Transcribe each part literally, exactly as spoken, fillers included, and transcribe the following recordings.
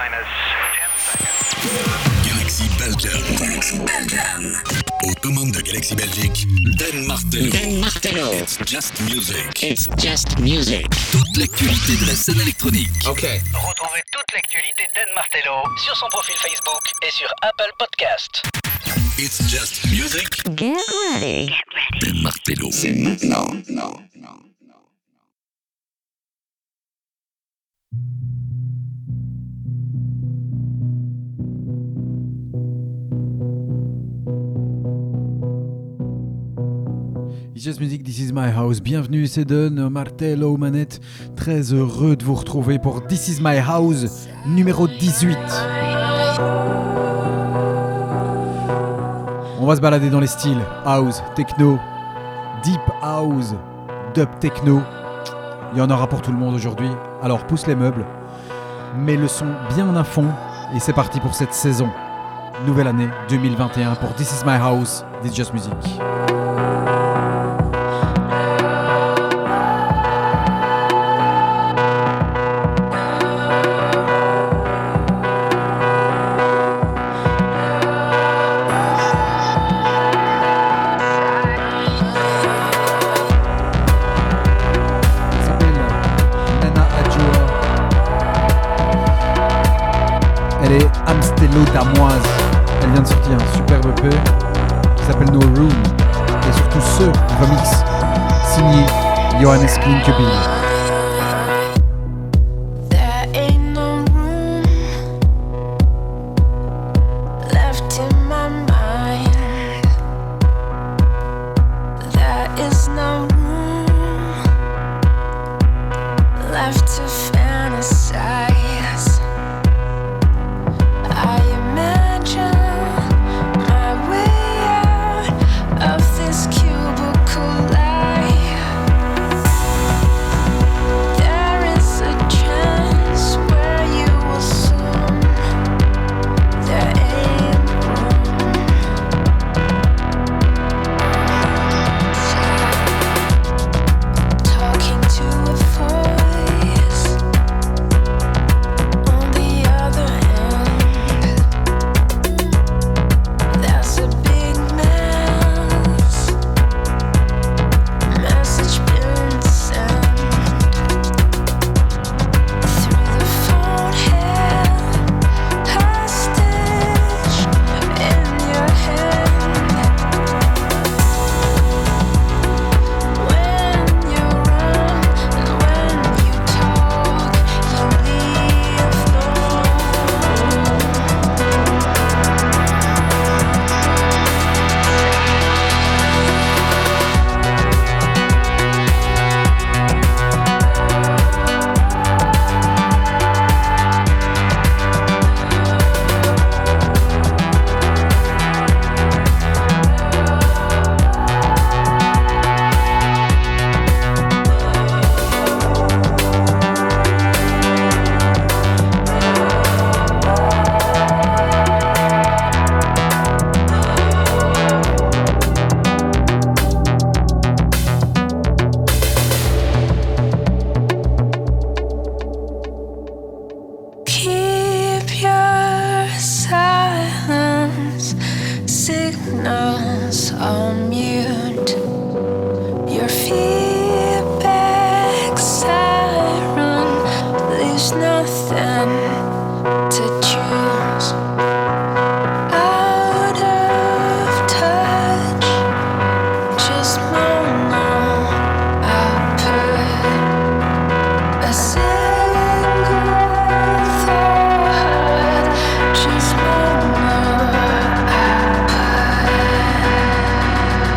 Galaxy Belgium. Galaxy Belgium. Aux commandes de Galaxy Belgique, Dan Martello. Dan Martello. It's just music. It's just music. Toute l'actualité de la scène électronique. Ok. Retrouvez toute l'actualité d'Dan Martello sur son profil Facebook et sur Apple Podcast. It's just music. Get ready. Get ready. Dan Martello. C'est maintenant. Non, non. It's Just Music, This Is My House. Bienvenue, c'est Don Martello aux manettes. Très heureux de vous retrouver pour This Is My House numéro dix-huit. On va se balader dans les styles house, techno, deep house, dub techno. Il y en aura pour tout le monde aujourd'hui. Alors pousse les meubles, mets le son bien à fond et c'est parti pour cette saison. Nouvelle année deux mille vingt et un pour This Is My House, This Just Music. Elle est Amstello-damoise. Elle vient de sortir un superbe E P qui s'appelle No Room. Et surtout ce remix signé Johannes Klinkebill. Just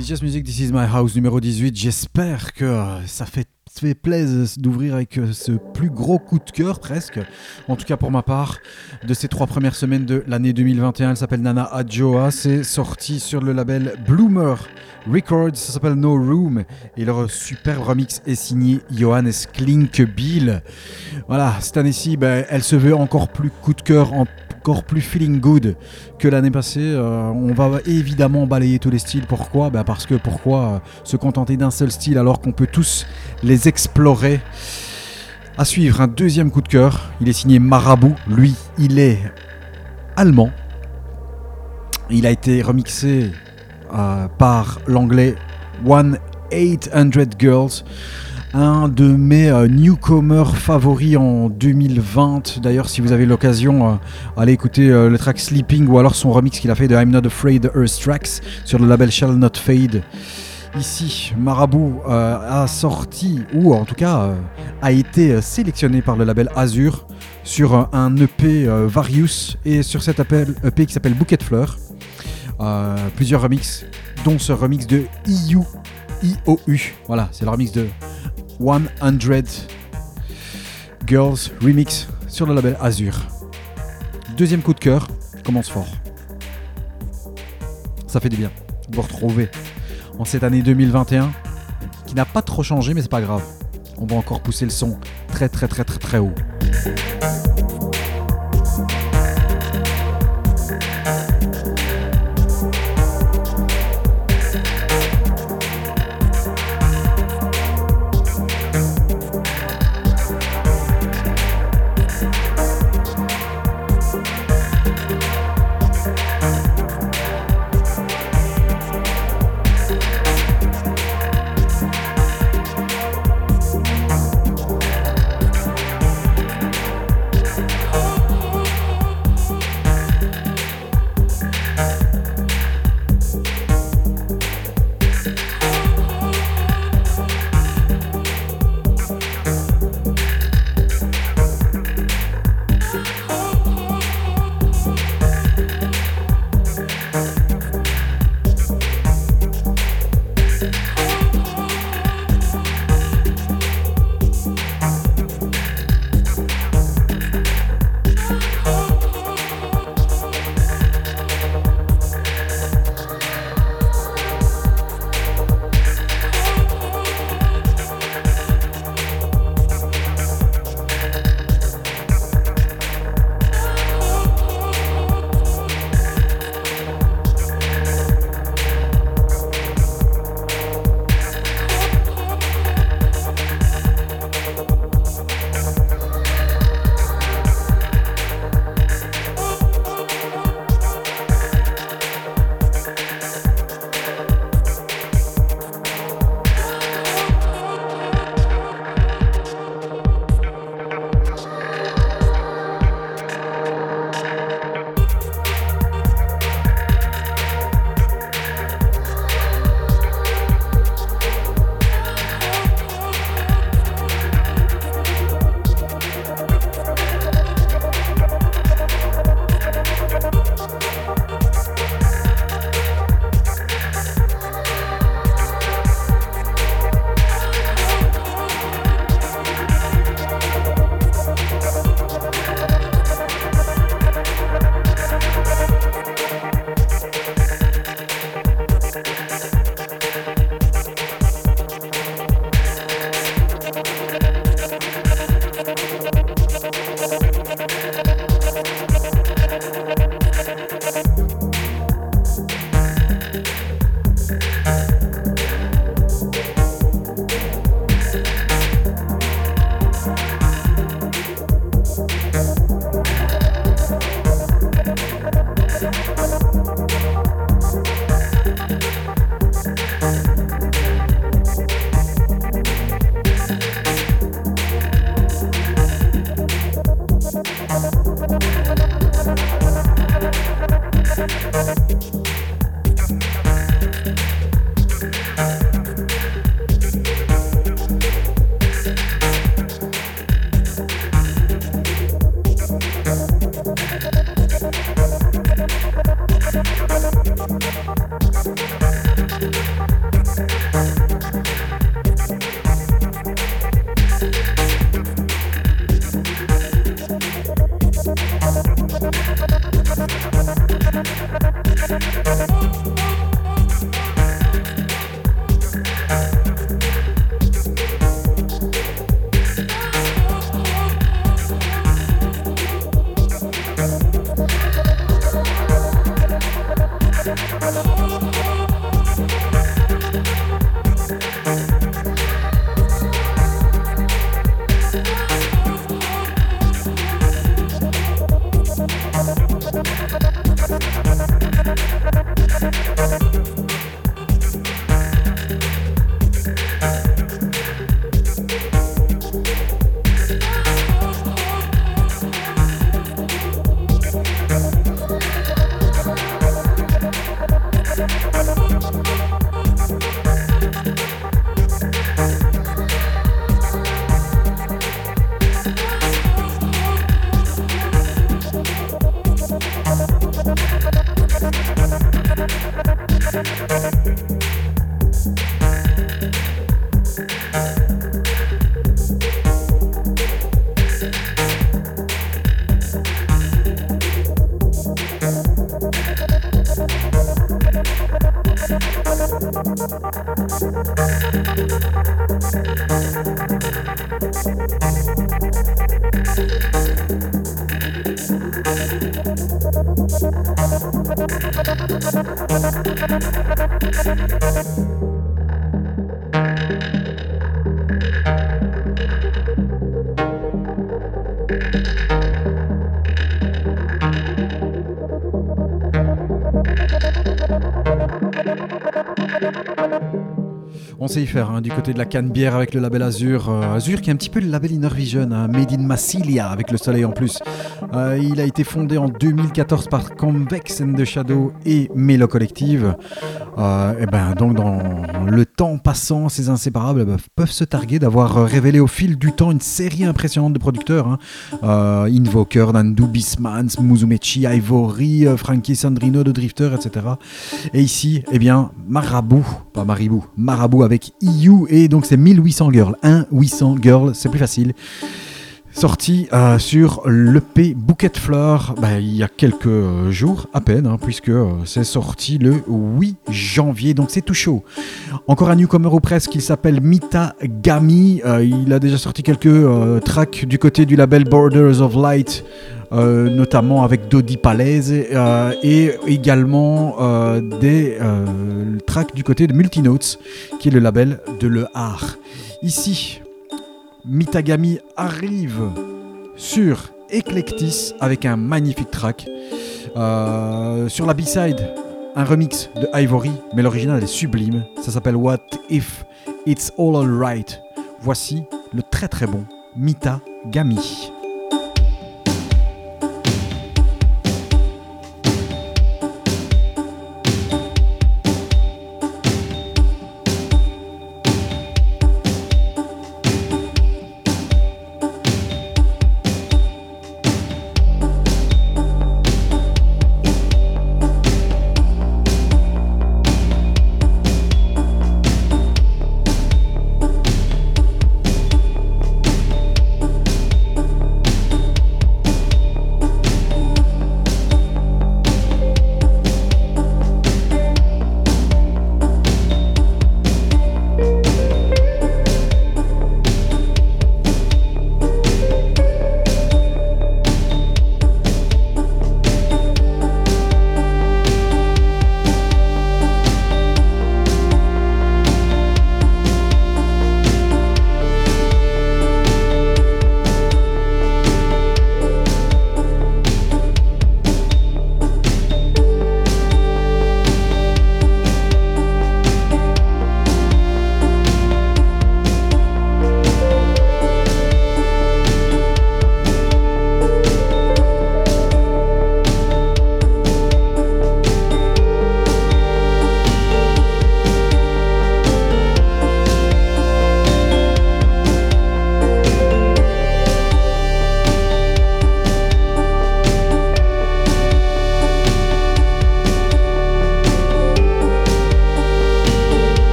Just Music, This Is My House numéro dix-huit. J'espère que ça fait, ça fait plaisir d'ouvrir avec ce plus gros coup de cœur presque, en tout cas pour ma part, de ces trois premières semaines de l'année deux mille vingt et un. Elle s'appelle Nana Adjoa, c'est sorti sur le label Bloomer Records, ça s'appelle No Room et leur superbe remix est signé Johannes Klinkbill. Voilà, cette année-ci, ben, elle se veut encore plus coup de cœur, encore plus feeling good que l'année passée. Euh, on va évidemment balayer tous les styles. Pourquoi ? Ben parce que pourquoi euh, se contenter d'un seul style alors qu'on peut tous les explorer ? À suivre, un deuxième coup de cœur. Il est signé Marabout. Lui, il est allemand. Il a été remixé euh, par l'anglais one eight hundred Girls. Un de mes euh, newcomers favoris en deux mille vingt. D'ailleurs, si vous avez l'occasion, euh, allez écouter euh, le track Sleeping ou alors son remix qu'il a fait de I'm Not Afraid de Earth Tracks sur le label Shall Not Fade. Ici, Marabout euh, a sorti, ou en tout cas euh, a été sélectionné par le label Azur sur un, un E P euh, Various, et sur cet E P qui s'appelle Bouquet de Fleurs. Euh, plusieurs remixes, dont ce remix de I O U. I O U. Voilà, c'est le remix de one hundred Girls Remix sur le label Azur. Deuxième coup de cœur, commence fort. Ça fait du bien de vous retrouver en cette année deux mille vingt et un qui n'a pas trop changé, mais c'est pas grave. On va encore pousser le son très très très très très haut. On sait y faire, hein, du côté de la Canebière avec le label Azur. Euh, Azur qui est un petit peu le label Inner Vision, hein, Made in Massilia avec le soleil en plus. Euh, il a été fondé en deux mille quatorze par Convex and the Shadow et Melo Collective. Euh, et ben, donc dans le temps passant, ces inséparables bah, peuvent se targuer d'avoir révélé au fil du temps une série impressionnante de producteurs. Hein. Euh, Invoker, Nandu, Bismans, Muzumechi, Ivory, euh, Frankie Sandrino de Drifter, et cetera. Et ici, eh bien, Marabout, pas Maribou, Marabout avec I U, et donc c'est mille huit cents Girls, un huit cents Girls, c'est plus facile. Sorti euh, sur l'E P Bouquet Fleur bah, il y a quelques jours à peine, hein, puisque euh, c'est sorti le huit janvier, donc c'est tout chaud. Encore un newcomer ou presque, il s'appelle Mita Gami, euh, il a déjà sorti quelques euh, tracks du côté du label Borders of Light, euh, notamment avec Dodi Palaise, euh, et également euh, des euh, tracks du côté de Multinotes, qui est le label de Le Art. Ici, Mitagami arrive sur Eclectis avec un magnifique track. Euh, sur la B-side, un remix de Ivory, mais l'original est sublime. Ça s'appelle What If It's All Alright. Voici le très très bon Mitagami.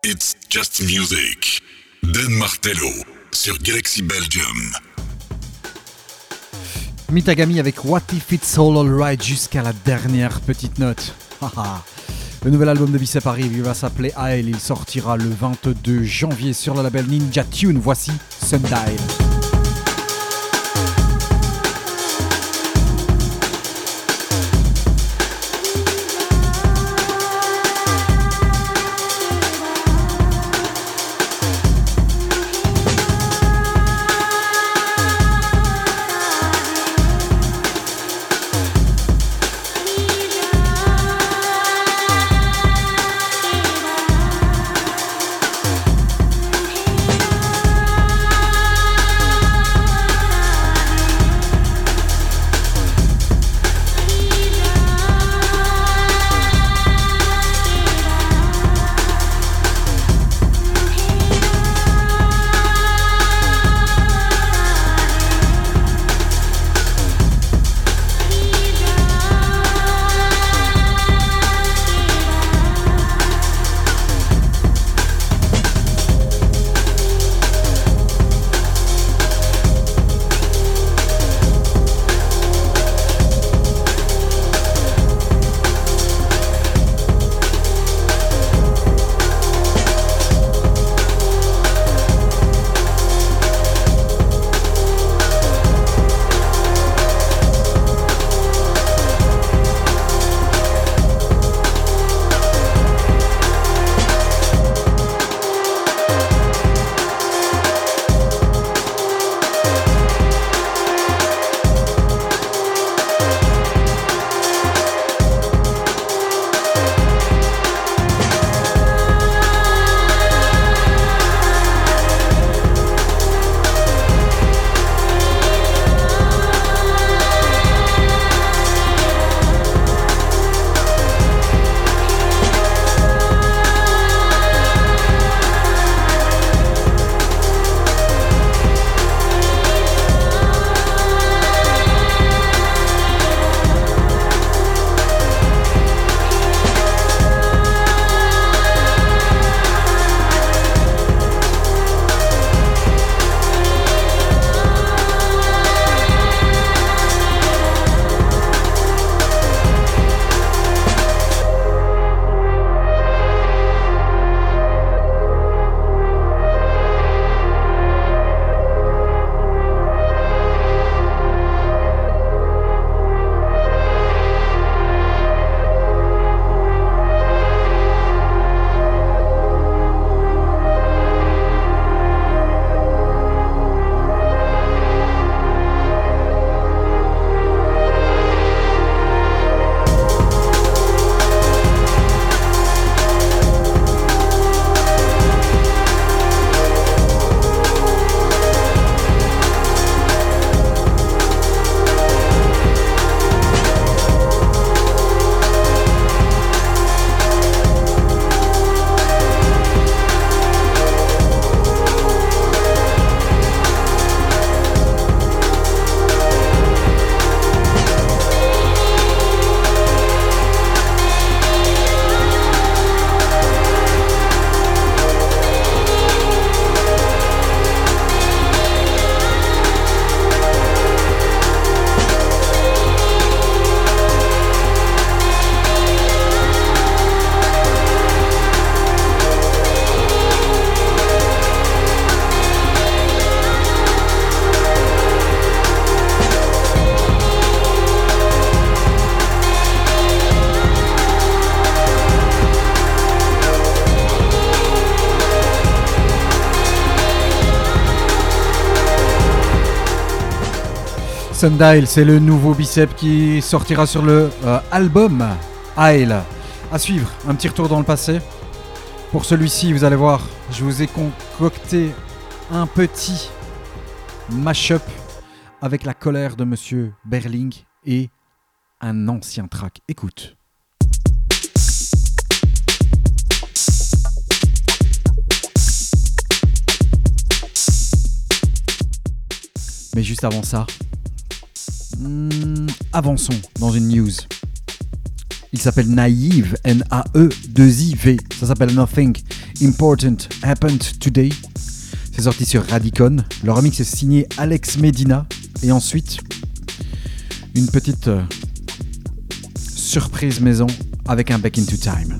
It's Just Music. Dan Martello sur Galaxy Belgium. Mitagami avec What If It's All Alright jusqu'à la dernière petite note. Le nouvel album de Bicep arrive, il va s'appeler Isle, il sortira le vingt-deux janvier sur le label Ninja Tune. Voici Sundial. Sundial, c'est le nouveau Bicep qui sortira sur le euh, album Isle. À suivre, un petit retour dans le passé. Pour celui-ci, vous allez voir, je vous ai concocté un petit mash-up avec la colère de Monsieur Berling et un ancien track. Écoute. Mais juste avant ça, hmm, avançons dans une news. Il s'appelle Naive, N A E deux I V. Ça s'appelle Nothing Important Happened Today. C'est sorti sur Radicon. Le remix est signé Alex Medina. Et ensuite, une petite euh, surprise maison avec un Back into Time.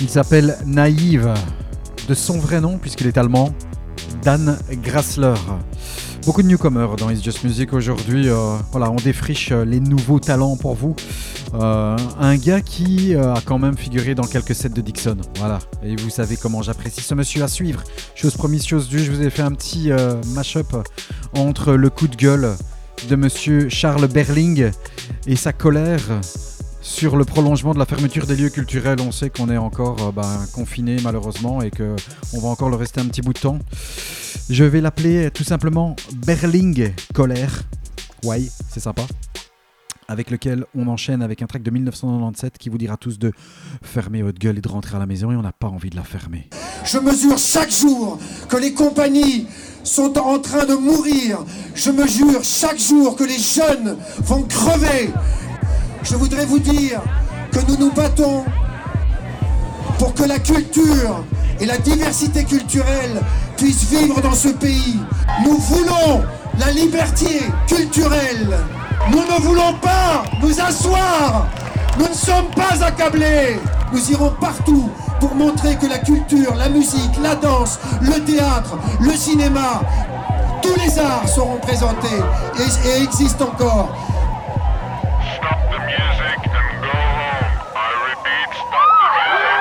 Il s'appelle Naïve, de son vrai nom puisqu'il est allemand, Dan Grassler. Beaucoup de newcomers dans It's Just Music aujourd'hui. Euh, voilà, on défriche les nouveaux talents pour vous. Euh, un gars qui euh, a quand même figuré dans quelques sets de Dixon. Voilà, et vous savez comment j'apprécie ce monsieur à suivre. Chose promise, chose due, je vous ai fait un petit euh, mash-up entre le coup de gueule de monsieur Charles Berling et sa colère sur le prolongement de la fermeture des lieux culturels. On sait qu'on est encore euh, ben, confiné malheureusement et qu'on va encore le rester un petit bout de temps. Je vais l'appeler tout simplement Berling Colère. Ouais, c'est sympa. Avec lequel on enchaîne avec un track de dix-neuf cent quatre-vingt-dix-sept qui vous dira tous de fermer votre gueule et de rentrer à la maison, et on n'a pas envie de la fermer. Je mesure chaque jour que les compagnies sont en train de mourir. Je mesure chaque jour que les jeunes vont crever. Je voudrais vous dire que nous nous battons pour que la culture et la diversité culturelle puissent vivre dans ce pays. Nous voulons la liberté culturelle. Nous ne voulons pas nous asseoir. Nous ne sommes pas accablés. Nous irons partout pour montrer que la culture, la musique, la danse, le théâtre, le cinéma, tous les arts seront présentés et, et existent encore. Stop the music and go home. I repeat, stop the music.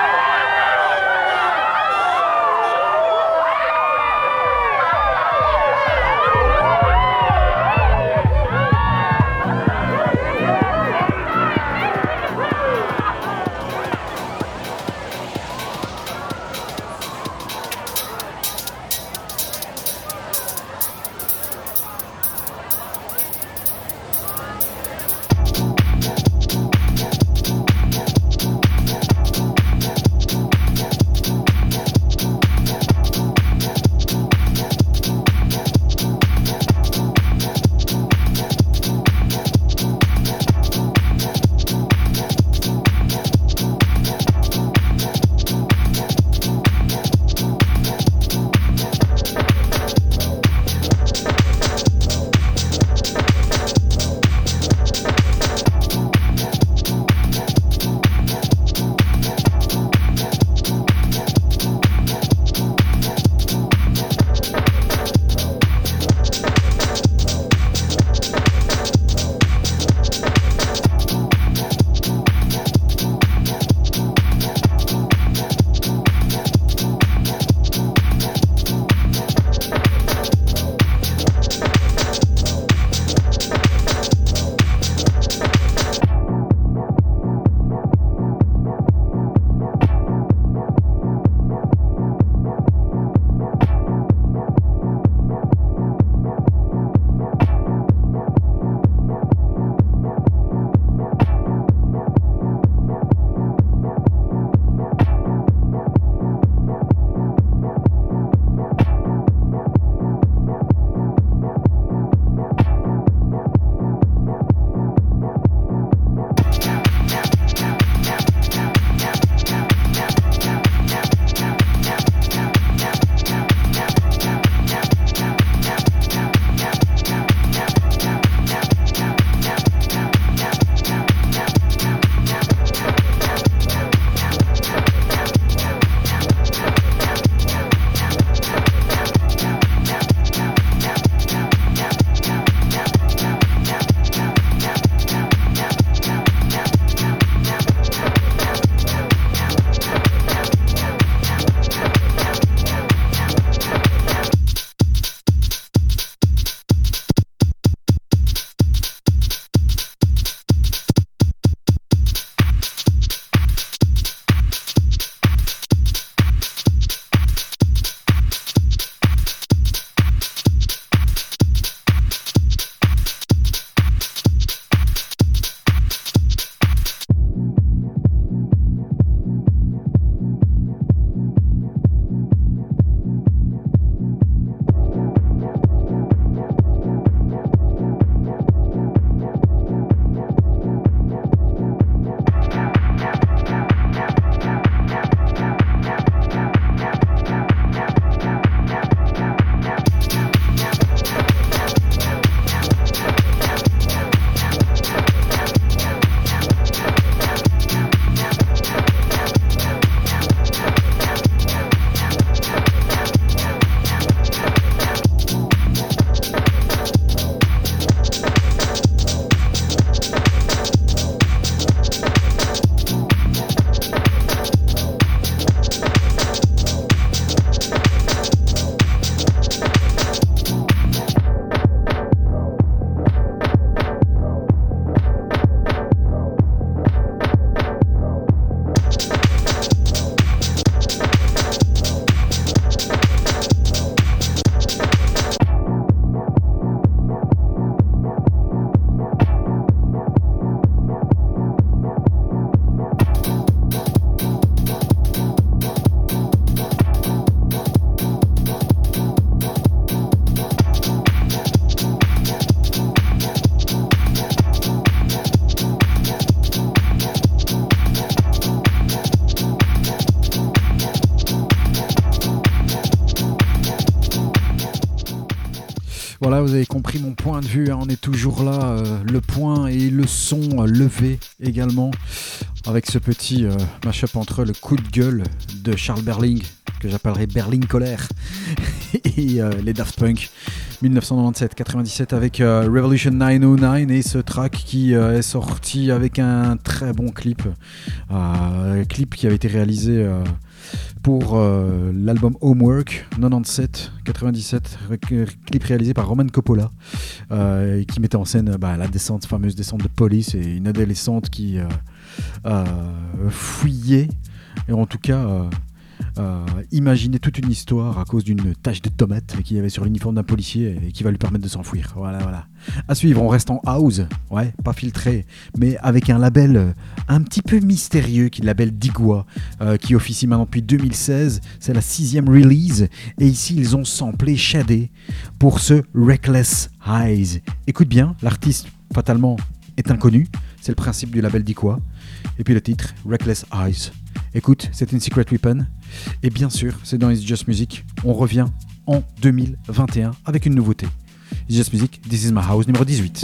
Voilà, vous avez compris mon point de vue, hein, on est toujours là, euh, le point et le son euh, levé également, avec ce petit euh, mash-up entre le coup de gueule de Charles Berling, que j'appellerai Berling Colère, et euh, les Daft Punk, dix-neuf cent quatre-vingt-dix-sept quatre-vingt-dix-sept avec euh, Revolution neuf cent neuf, et ce track qui euh, est sorti avec un très bon clip, euh, clip qui avait été réalisé euh, pour euh, l'album Homework quatre-vingt-dix-sept quatre-vingt-dix-sept, clip réalisé par Roman Coppola, euh, et qui mettait en scène bah, la descente, fameuse descente de police, et une adolescente qui euh, euh, fouillait, et en tout cas euh, euh, imaginait toute une histoire à cause d'une tache de tomate qu'il y avait sur l'uniforme d'un policier et qui va lui permettre de s'enfuir. Voilà, voilà. À suivre, on reste en house, ouais, pas filtré, mais avec un label un petit peu mystérieux qui est le label Digua, euh, qui officie maintenant depuis deux mille seize. C'est la sixième release, et ici ils ont samplé Shadé pour ce Reckless Eyes. Écoute bien, l'artiste fatalement est inconnu, c'est le principe du label Digua. Et puis le titre, Reckless Eyes. Écoute, c'est une Secret Weapon, et bien sûr, c'est dans It's Just Music. On revient en deux mille vingt et un avec une nouveauté. It's Just Music, This Is My House, numéro dix-huit.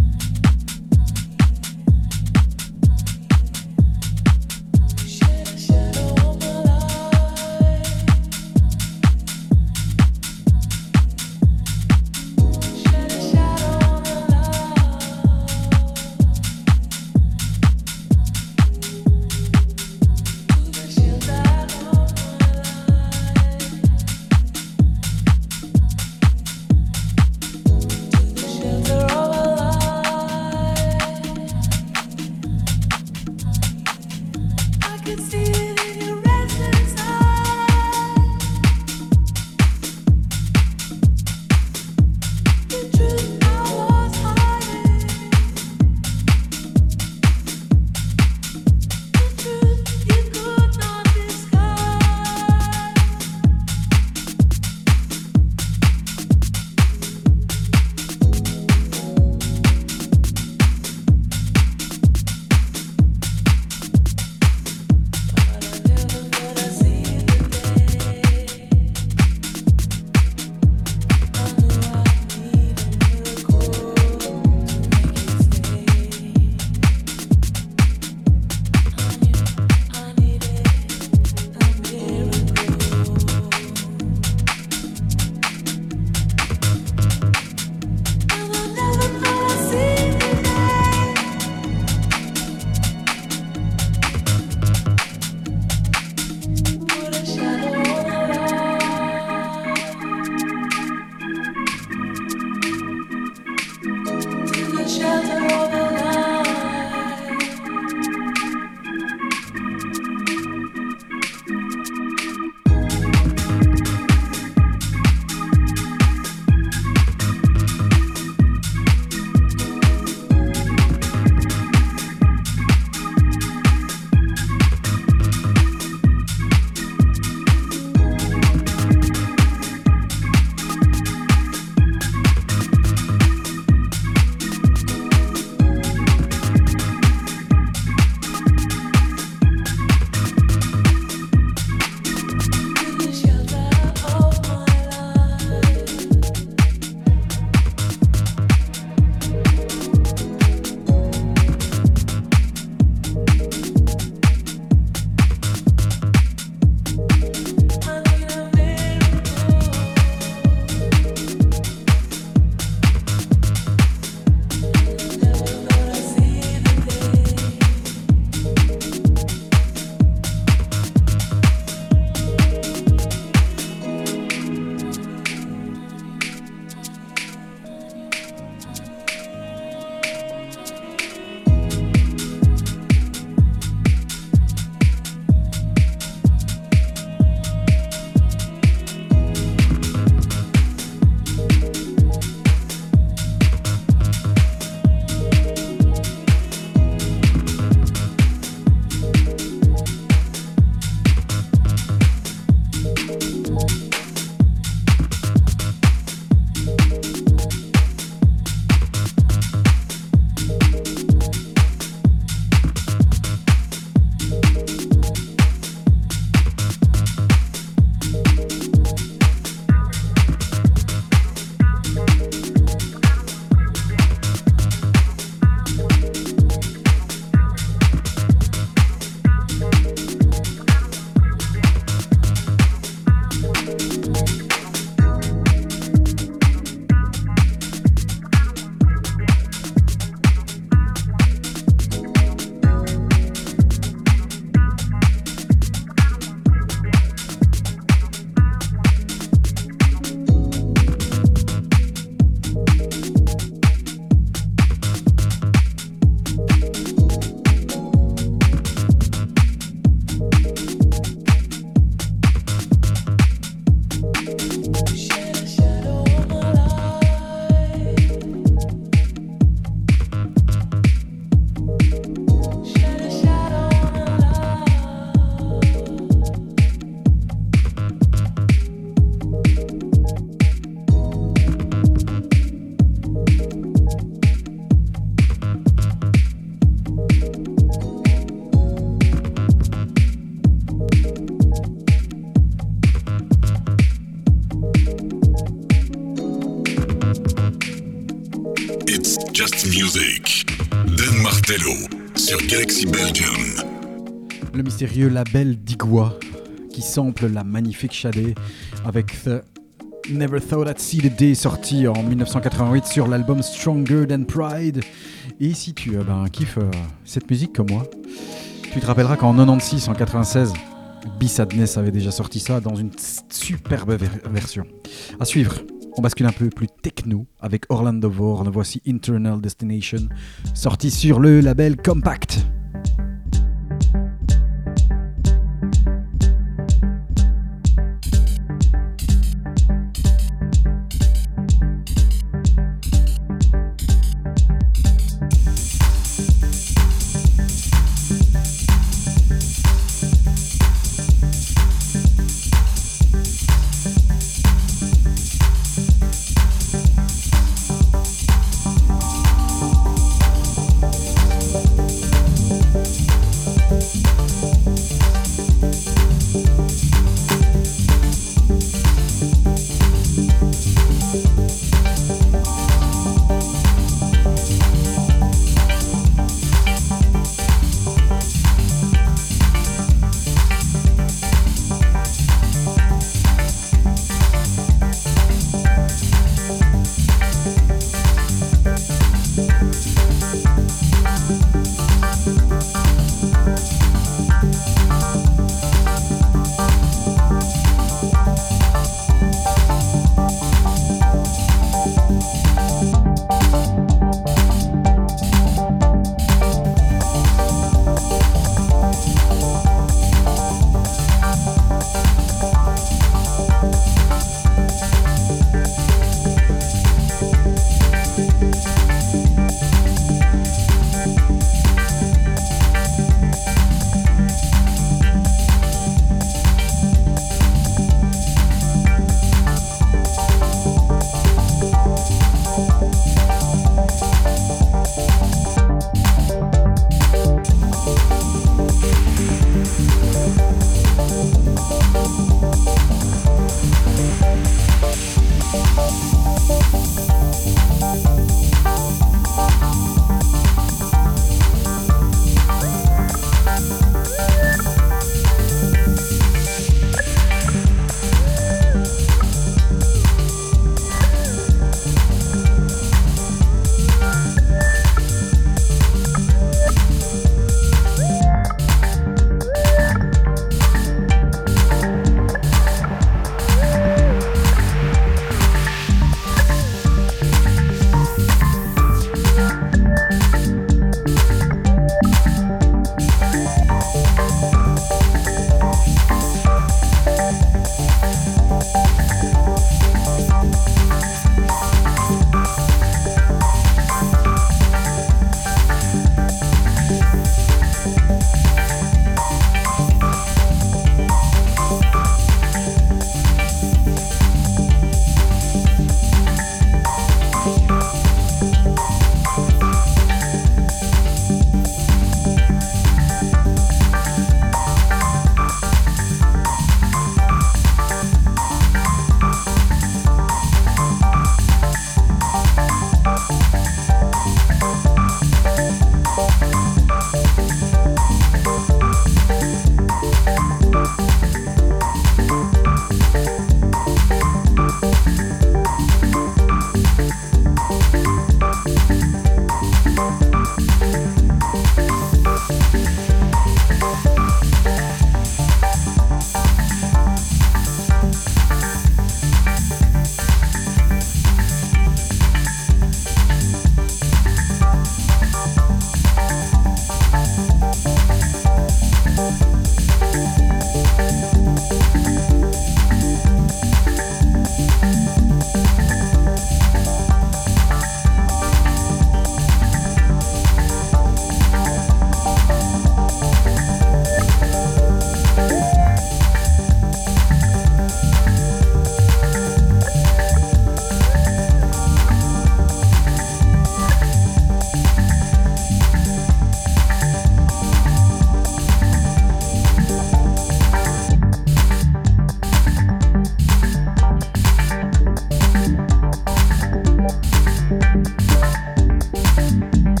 Shit. It's Just Music. Dan Martello sur Galaxy Belgium. Le mystérieux label Digwa qui sample la magnifique Shadé avec The Never Thought I'd See the Day sorti en dix-neuf cent quatre-vingt-huit sur l'album Stronger Than Pride. Et si tu euh, ben, kiffes euh, cette musique comme moi, tu te rappelleras qu'en quatre-vingt-seize, en quatre-vingt-seize, B-Sadness avait déjà sorti ça dans une superbe ver- version. À suivre, on bascule un peu plus techno avec Orlando Vorn. Voici Internal Destination, sorti sur le label Compact. We'll be right back.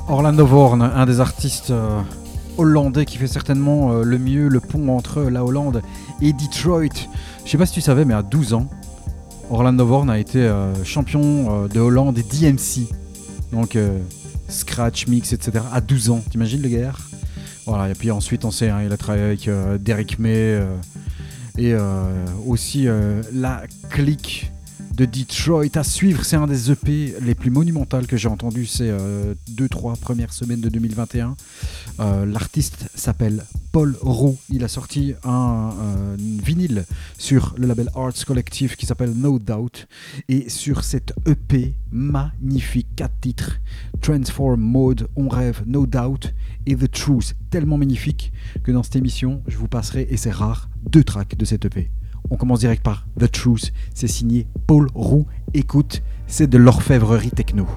Orlando Vorn, un des artistes euh, hollandais qui fait certainement euh, le mieux le pont entre la Hollande et Detroit. Je sais pas si tu savais, mais à douze ans, Orlando Vorn a été euh, champion euh, de Hollande et D M C. Donc euh, scratch, mix, et cetera. À douze ans, t'imagines le gars? Voilà, et puis ensuite on sait, hein, il a travaillé avec euh, Derrick May euh, et euh, aussi euh, la clique de Detroit à suivre. C'est un des E P les plus monumentales que j'ai entendu ces deux trois premières semaines de deux mille vingt et un. Euh, l'artiste s'appelle Paul Roux. Il a sorti un, un vinyle sur le label Arts Collective qui s'appelle No Doubt, et sur cette E P magnifique, quatre titres, Transform Mode, On Rêve, No Doubt et The Truth, tellement magnifique que dans cette émission je vous passerai, et c'est rare, deux tracks de cette E P. On commence direct par The Truth, c'est signé Paul Roux. Écoute, c'est de l'orfèvrerie techno.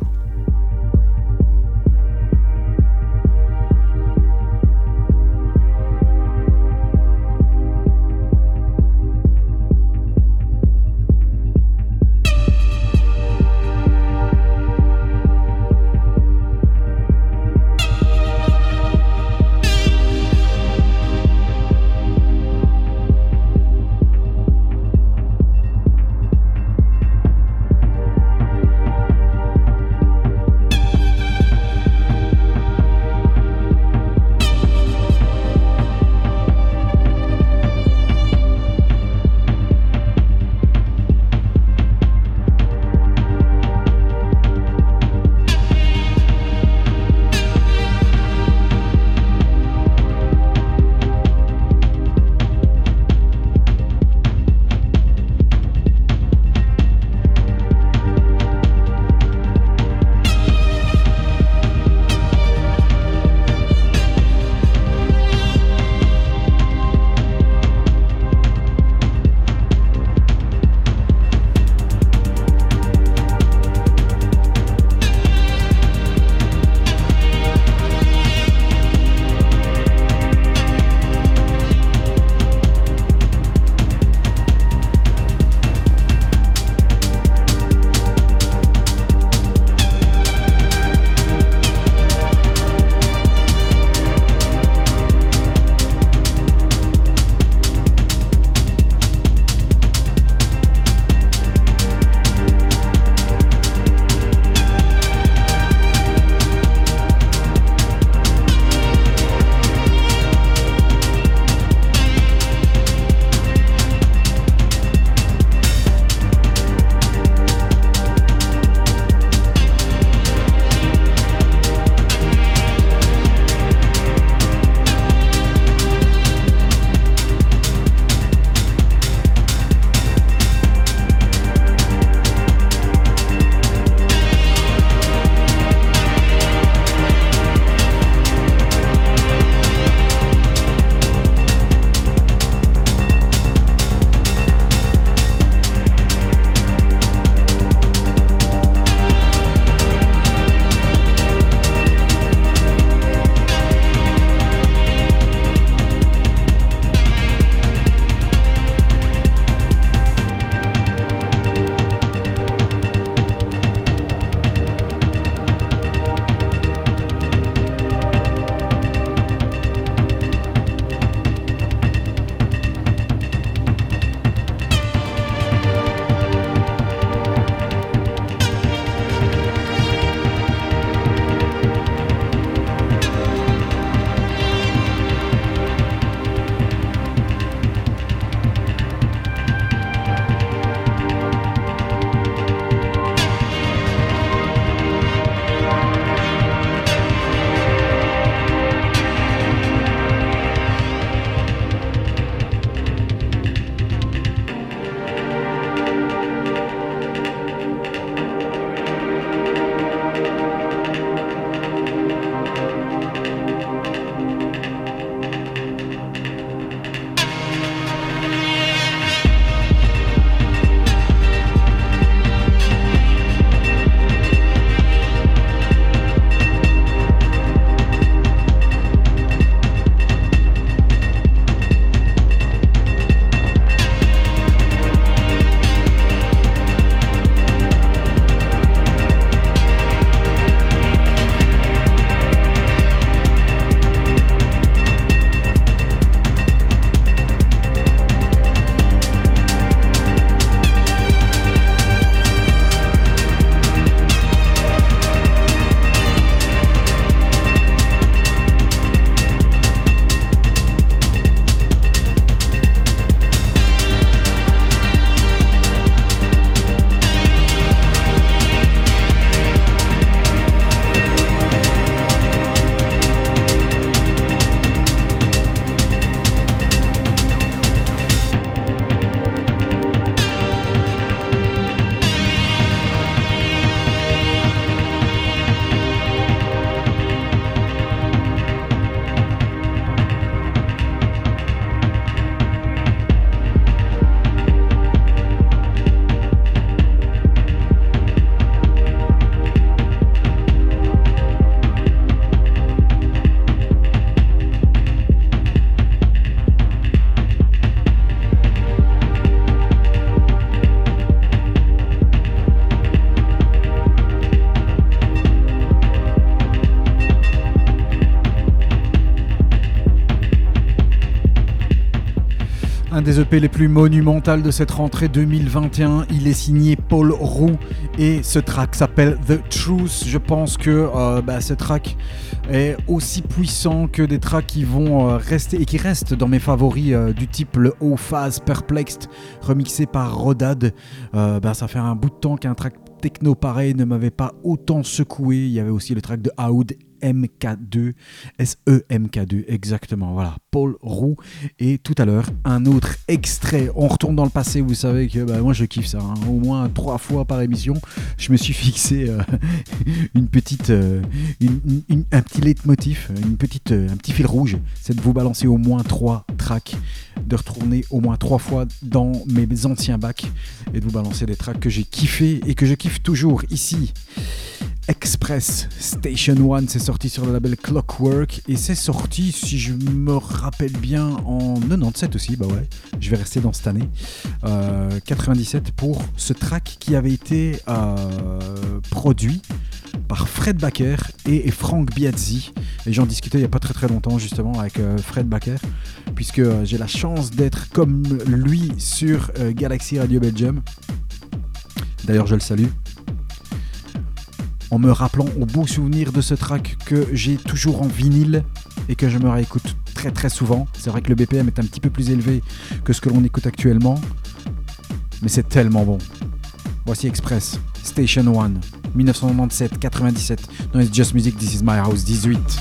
Un des E P les plus monumentaux de cette rentrée deux mille vingt et un, il est signé Paul Roux et ce track s'appelle The Truth. Je pense que euh, bah, ce track est aussi puissant que des tracks qui vont euh, rester et qui restent dans mes favoris euh, du type le O-Phase Perplexed remixé par Rodad. Euh, bah, ça fait un bout de temps qu'un track techno pareil ne m'avait pas autant secoué. Il y avait aussi le track de Aoud M K deux, S E M K deux, exactement, voilà, Paul Roux. Et tout à l'heure, un autre extrait. On retourne dans le passé, vous savez que bah, moi je kiffe ça, hein. Au moins trois fois par émission, je me suis fixé euh, une petite, euh, une, une, un petit leitmotiv, une petite, euh, un petit fil rouge, c'est de vous balancer au moins trois tracks, de retourner au moins trois fois dans mes anciens bacs et de vous balancer des tracks que j'ai kiffé et que je kiffe toujours ici. Express Station One, c'est sorti sur le label Clockwork et c'est sorti, si je me rappelle bien, en quatre-vingt-dix-sept aussi, bah ouais, je vais rester dans cette année, euh, quatre-vingt-dix-sept pour ce track qui avait été euh, produit par Fred Baker et, et Frank Biazzi. Et j'en discutais il n'y a pas très très longtemps justement avec euh, Fred Baker, puisque euh, j'ai la chance d'être comme lui sur euh, Galaxy Radio Belgium. D'ailleurs je le salue. En me rappelant au beau souvenir de ce track que j'ai toujours en vinyle et que je me réécoute très très souvent. C'est vrai que le B P M est un petit peu plus élevé que ce que l'on écoute actuellement, mais c'est tellement bon. Voici Express, Station One, dix-neuf cent quatre-vingt-dix-sept quatre-vingt-dix-sept, dans It's Just Music, This Is My House, dix-huit.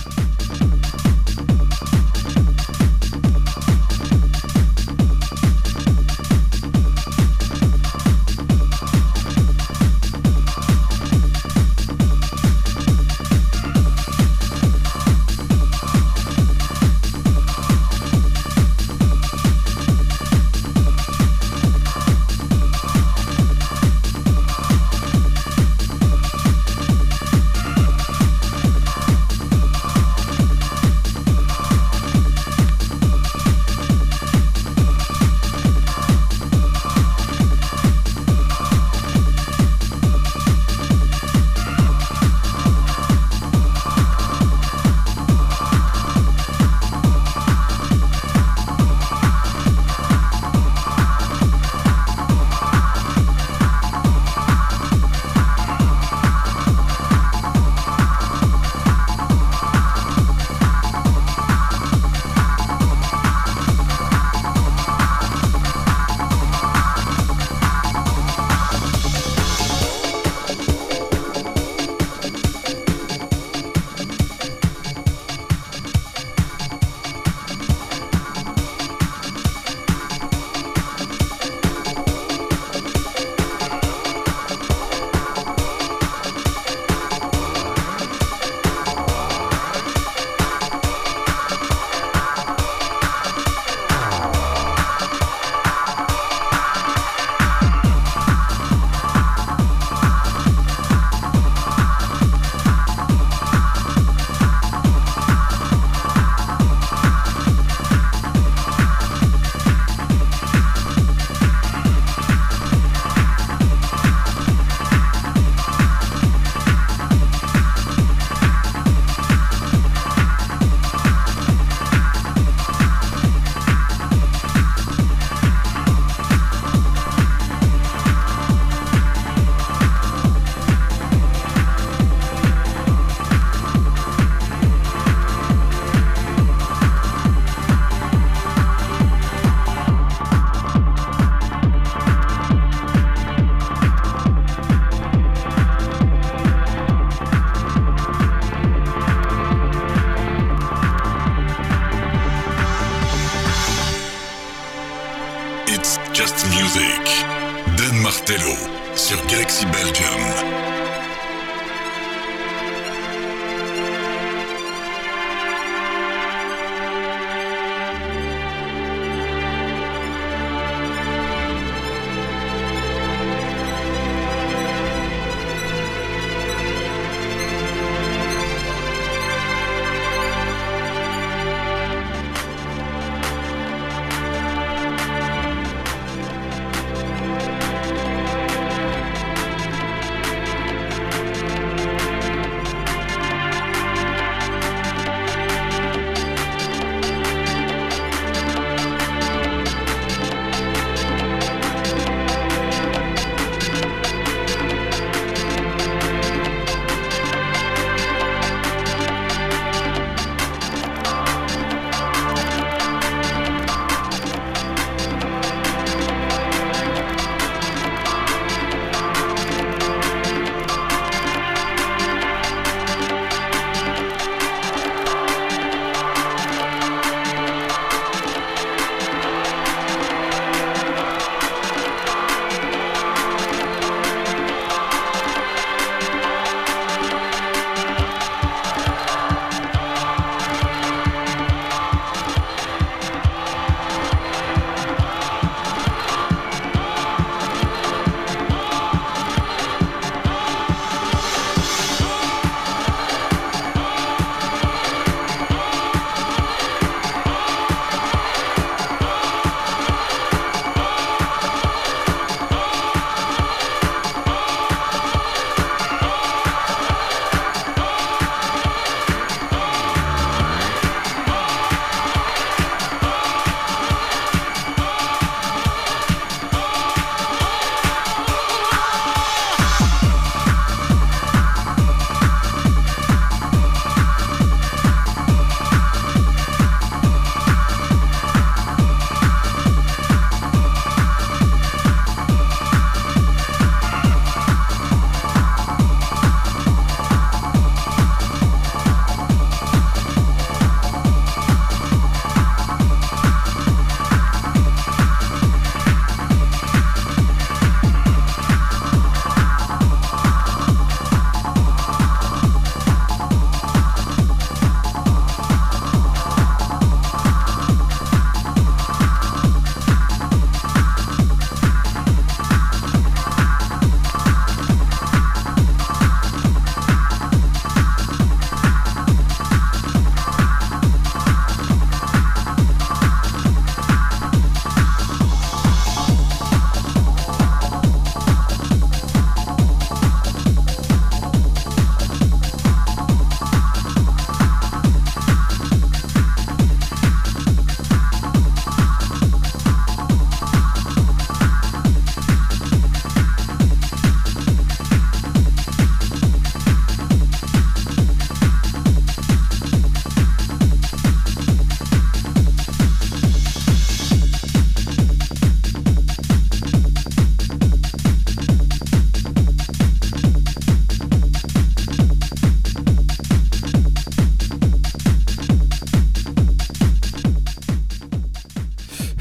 Sur Galaxy Belgium.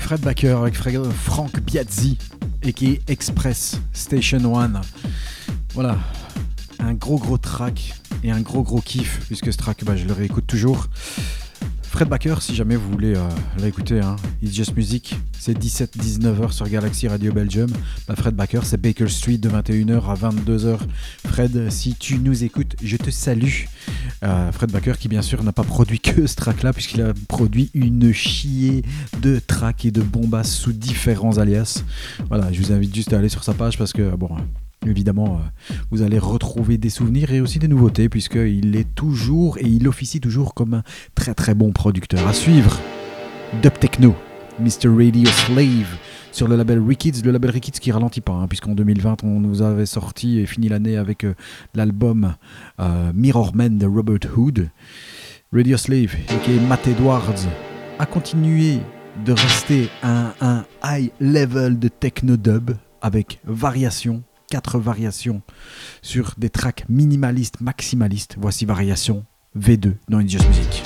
Fred Baker avec Fred, Frank Biazzi et qui est Express Station One. Voilà, un gros gros track et un gros gros kiff puisque ce track, bah, je le réécoute toujours. Fred Baker, si jamais vous voulez euh, l'écouter, hein, It's Just Music, c'est dix-sept dix-neuf heures sur Galaxy Radio Belgium. Bah, Fred Baker, c'est Baker Street de vingt et une heures à vingt-deux heures. Fred, si tu nous écoutes, je te salue. Euh, Fred Baker qui bien sûr n'a pas produit que ce track là puisqu'il a produit une chier de tracks et de bombasses sous différents alias. Voilà, je vous invite juste à aller sur sa page parce que bon... Évidemment, euh, vous allez retrouver des souvenirs et aussi des nouveautés puisqu'il est toujours et il officie toujours comme un très très bon producteur. À suivre, Dub Techno, mister Radio Slave sur le label Rikids, le label Rikids qui ralentit pas hein, puisqu'en deux mille vingt on nous avait sorti et fini l'année avec euh, l'album euh, Mirror Man de Robert Hood. Radio Slave et Matt Edwards a continué de rester un, un high level de techno dub avec variation. Quatre variations sur des tracks minimalistes, maximalistes. Voici variation V deux dans It's Just Music.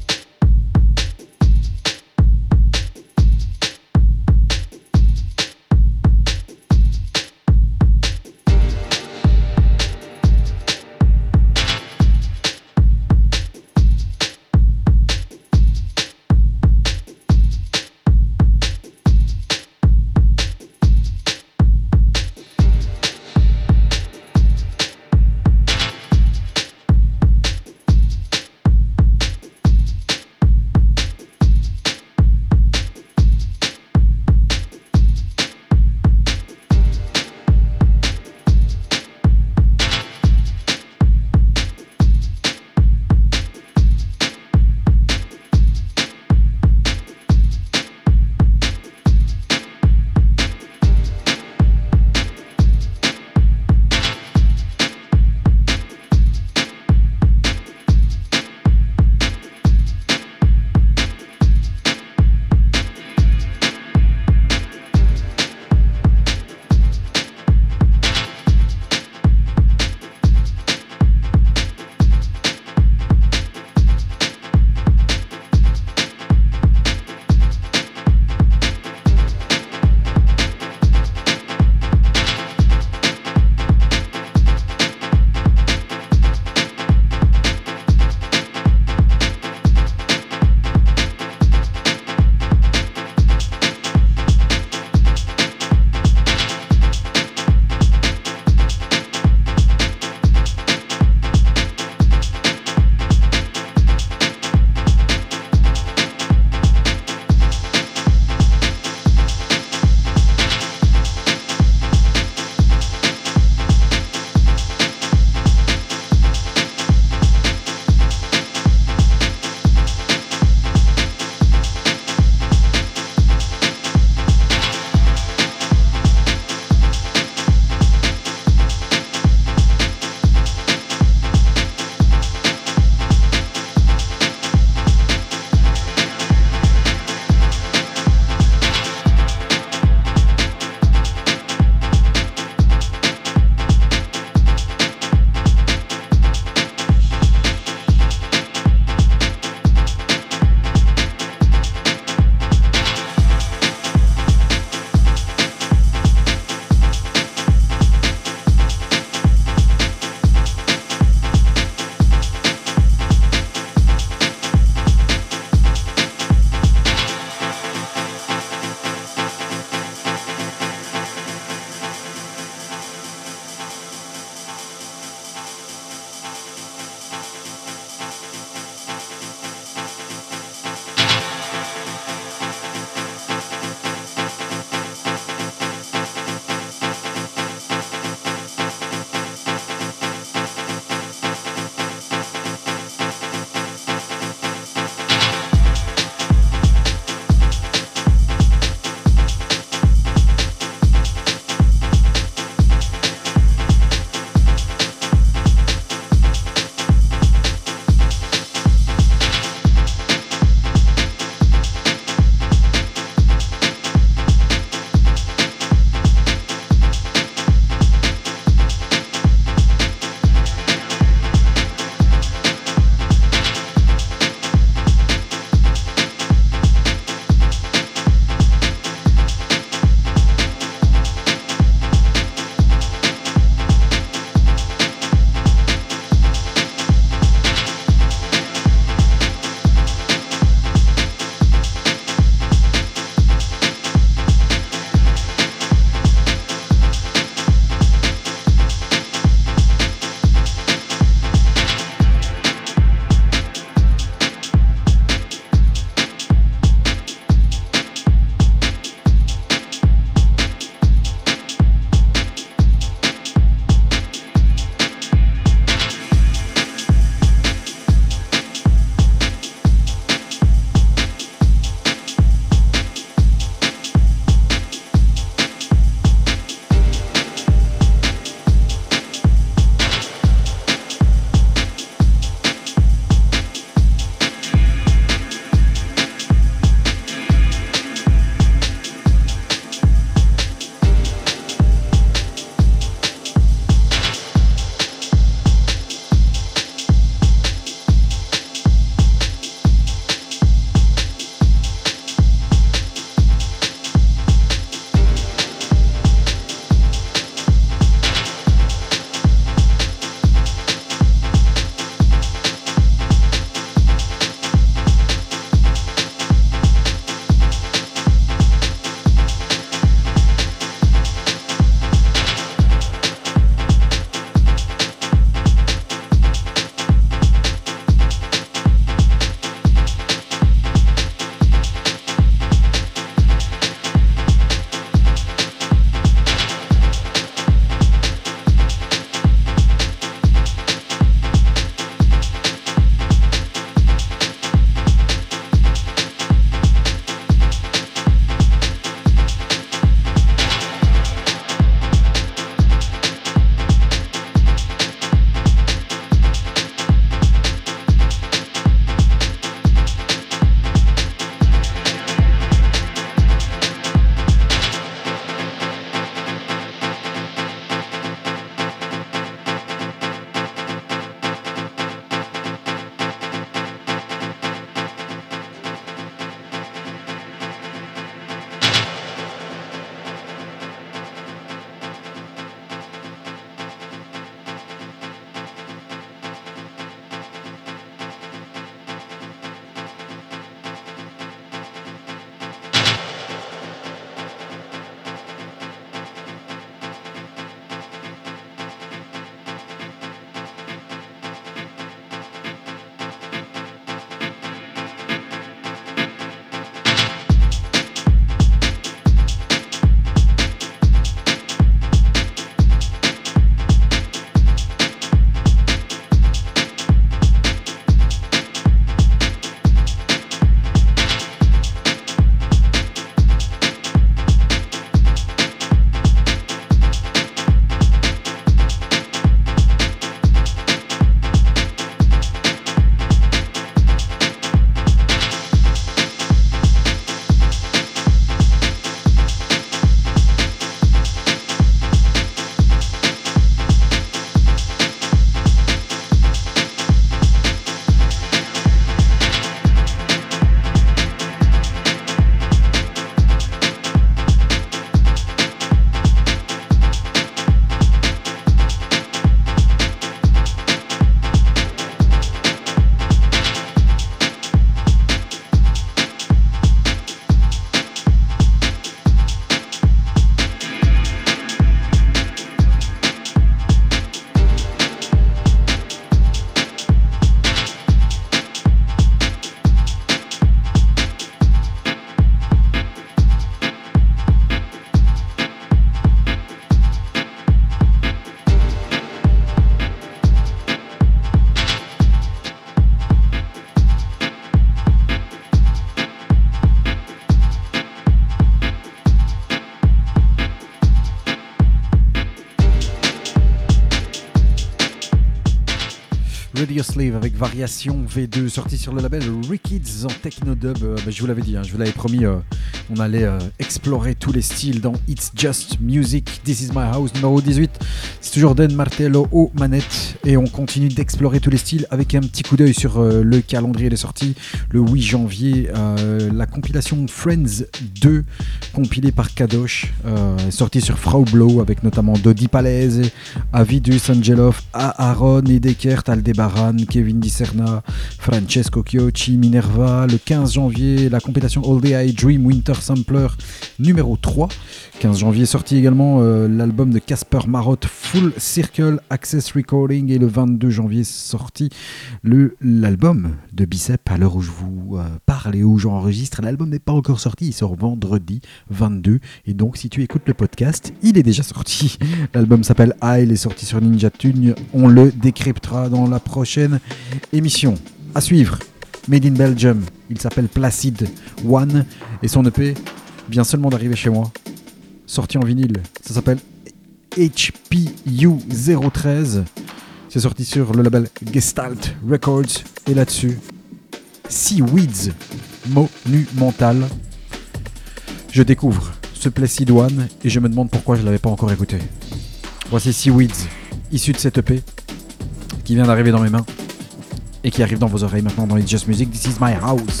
Radio Slave avec Variation V deux, sorti sur le label Rikids en techno-dub. Euh, bah, je vous l'avais dit, hein, je vous l'avais promis, euh, on allait euh, explorer tous les styles dans It's Just Music. This is my house numéro dix-huit. C'est toujours Dan Martello aux manettes et on continue d'explorer tous les styles avec un petit coup d'œil sur euh, le calendrier des sorties. Le huit janvier, euh, la compilation Friends deux, compilée par Kadosh, euh, est sortie sur Frau Blow avec notamment Dodi Palese, Avidus Angelov, Aaron Edekert, Aldebaran, Kevin Di Serna, Francesco Chiocci, Minerva. Le quinze janvier, la compilation All Day I Dream Winter Sampler numéro trois. quinze janvier, sorti également euh, l'album de Casper Marotte Full Circle Access Recording. Et le vingt-deux janvier, sorti le, l'album de Bicep. À l'heure où je vous euh, parle et où j'enregistre, l'album n'est pas encore sorti, il sort vendredi vingt-deux. Et donc, si tu écoutes le podcast, il est déjà sorti. L'album s'appelle I, il est sorti sur Ninja Tune. On le décryptera dans la prochaine émission. À suivre, Made in Belgium, il s'appelle Placid One et son E P vient seulement d'arriver chez moi, sorti en vinyle, ça s'appelle H P U zéro treize, c'est sorti sur le label Gestalt Records et là-dessus Seaweeds monumental. Je découvre ce Placid One et je me demande pourquoi je ne l'avais pas encore écouté. Voici Seaweeds, issu de cette E P qui vient d'arriver dans mes mains et qui arrive dans vos oreilles maintenant dans It's Just Music. This is my house.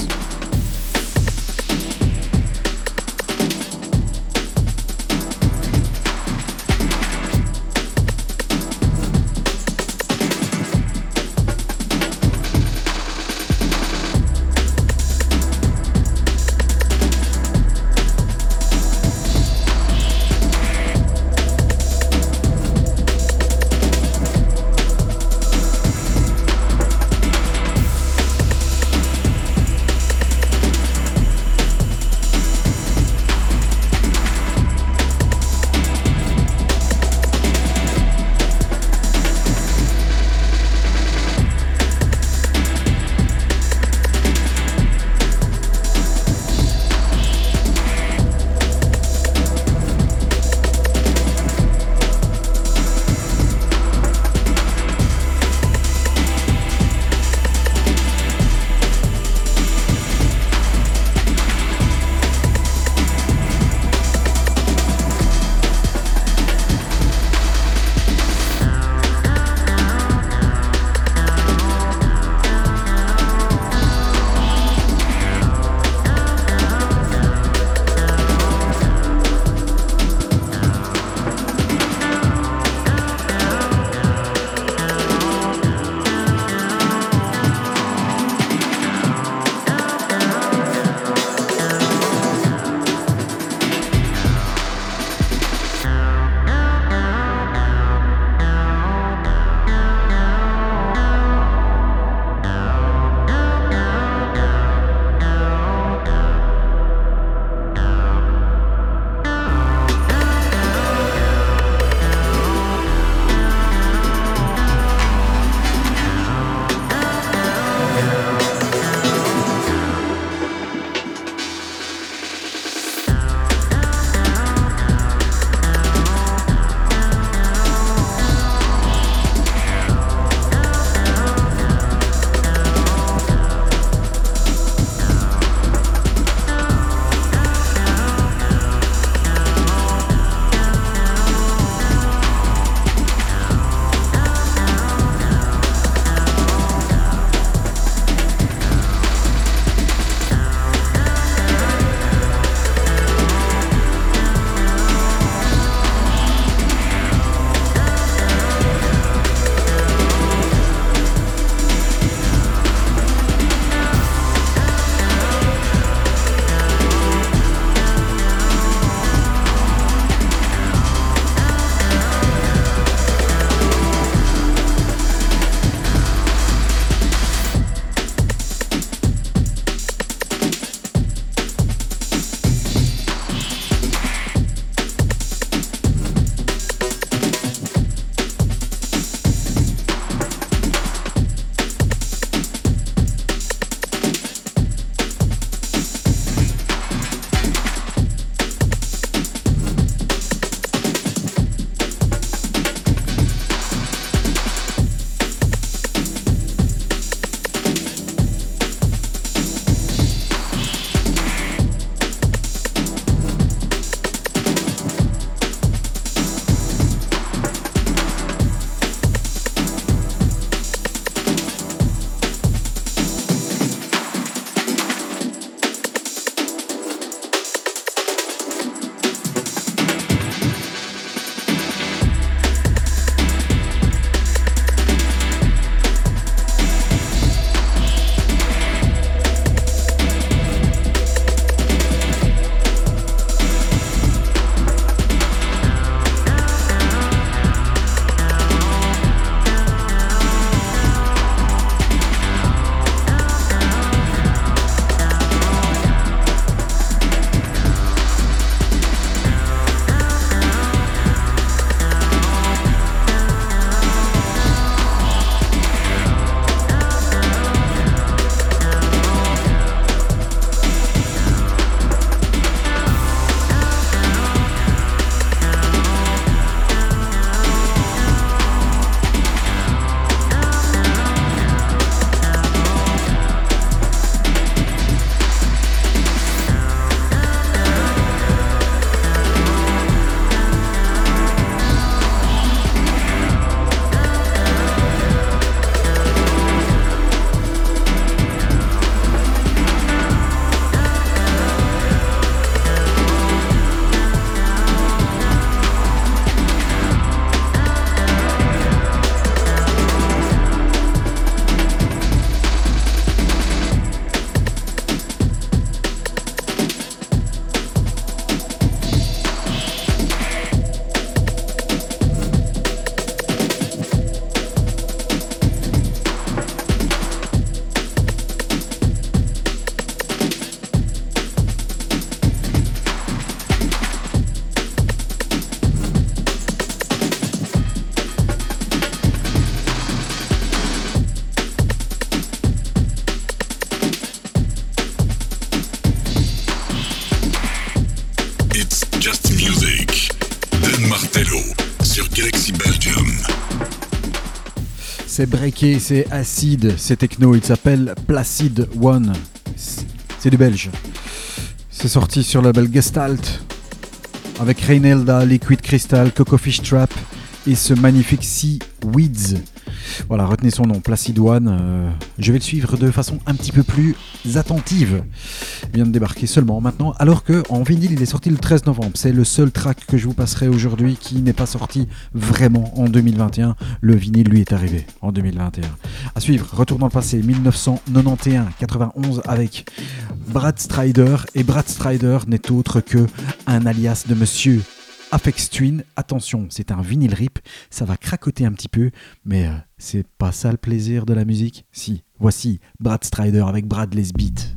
C'est breaké, c'est acide, c'est techno, il s'appelle Placid One. C'est du belge. C'est sorti sur le label Gestalt avec Reynelda, Liquid Crystal, Coco Fish Trap et ce magnifique Sea Weeds. Voilà, retenez son nom, Placid One. Euh, je vais le suivre de façon un petit peu plus attentive. Il vient de débarquer seulement maintenant, alors qu'en vinyle, il est sorti le treize novembre. C'est le seul track que je vous passerai aujourd'hui qui n'est pas sorti vraiment en deux mille vingt et un. Le vinyle, lui, est arrivé en deux mille vingt et un. À suivre, retour dans le passé, dix-neuf cent quatre-vingt-onze quatre-vingt-onze avec Brad Strider. Et Brad Strider n'est autre que un alias de monsieur Aphex Twin. Attention, c'est un vinyle rip, ça va cracoter un petit peu, mais euh, c'est pas ça le plaisir de la musique. Si, voici Brad Strider avec Bradley's Beat.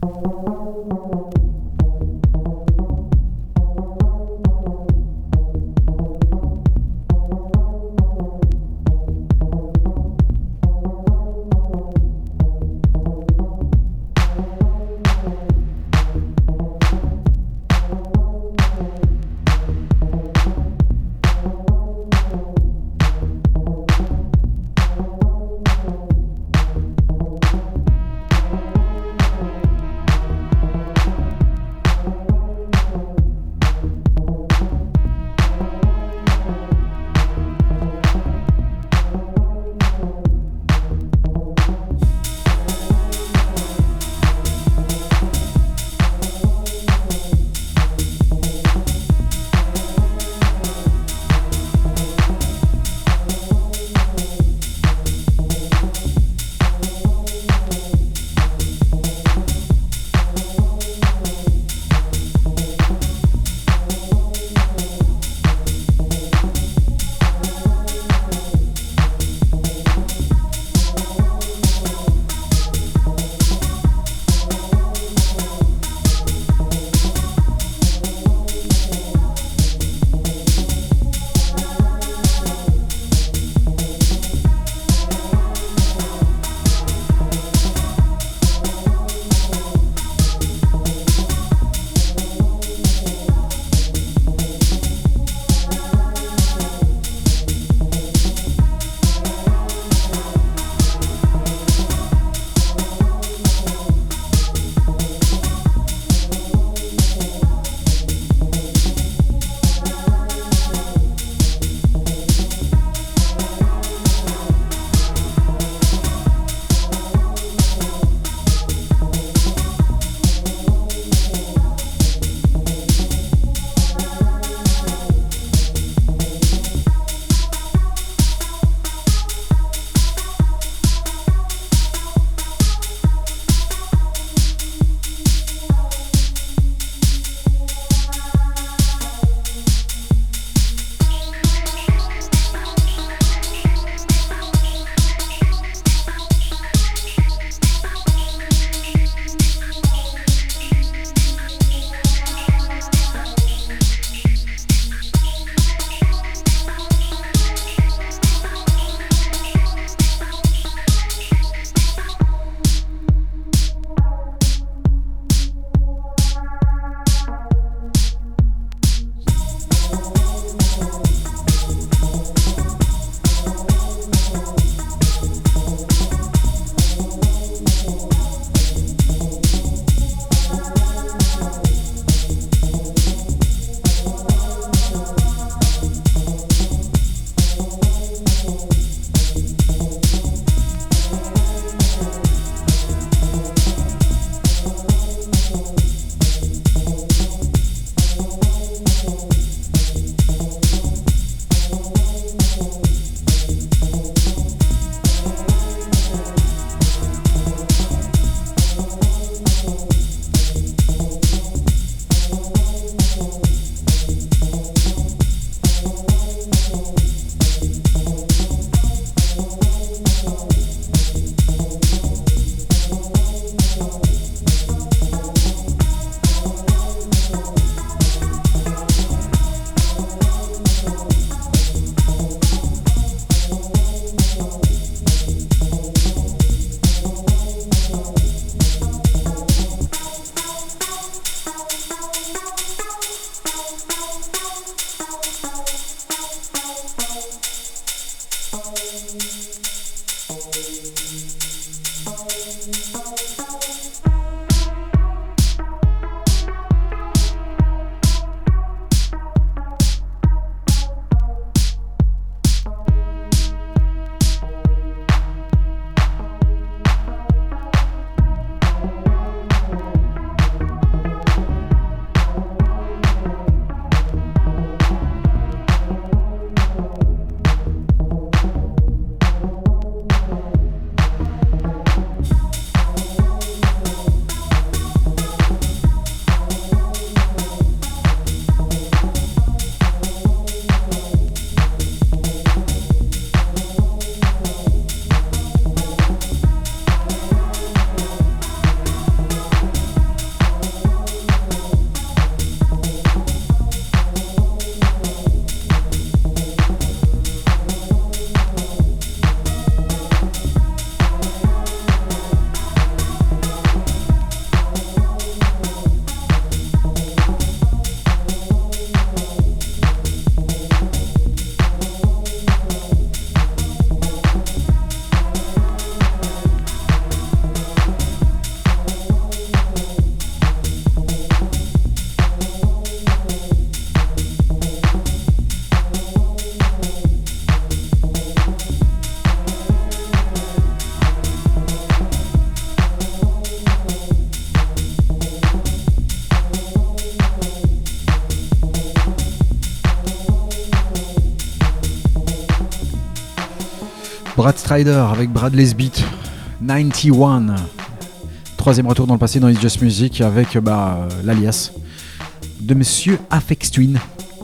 Brad Strider avec Bradley's Beat, quatre-vingt-un. Troisième retour dans le passé dans It's Just Music avec bah, l'alias de Monsieur Aphex Twin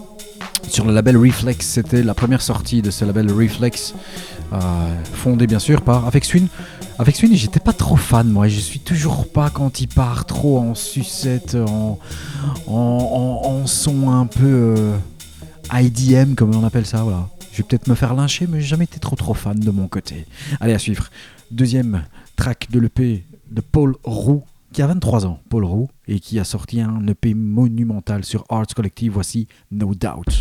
sur le label Reflex. C'était la première sortie de ce label Reflex, euh, fondé bien sûr par Aphex Twin. Aphex Twin, j'étais pas trop fan, moi. Je suis toujours pas quand il part trop en sucette, en, en, en, en son un peu euh, I D M, comme on appelle ça, voilà. Je vais peut-être me faire lyncher, mais j'ai jamais été trop trop fan de mon côté. Allez, à suivre. Deuxième track de l'E P de Paul Roux, qui a vingt-trois ans, Paul Roux, et qui a sorti un E P monumental sur Arts Collective. Voici No Doubt.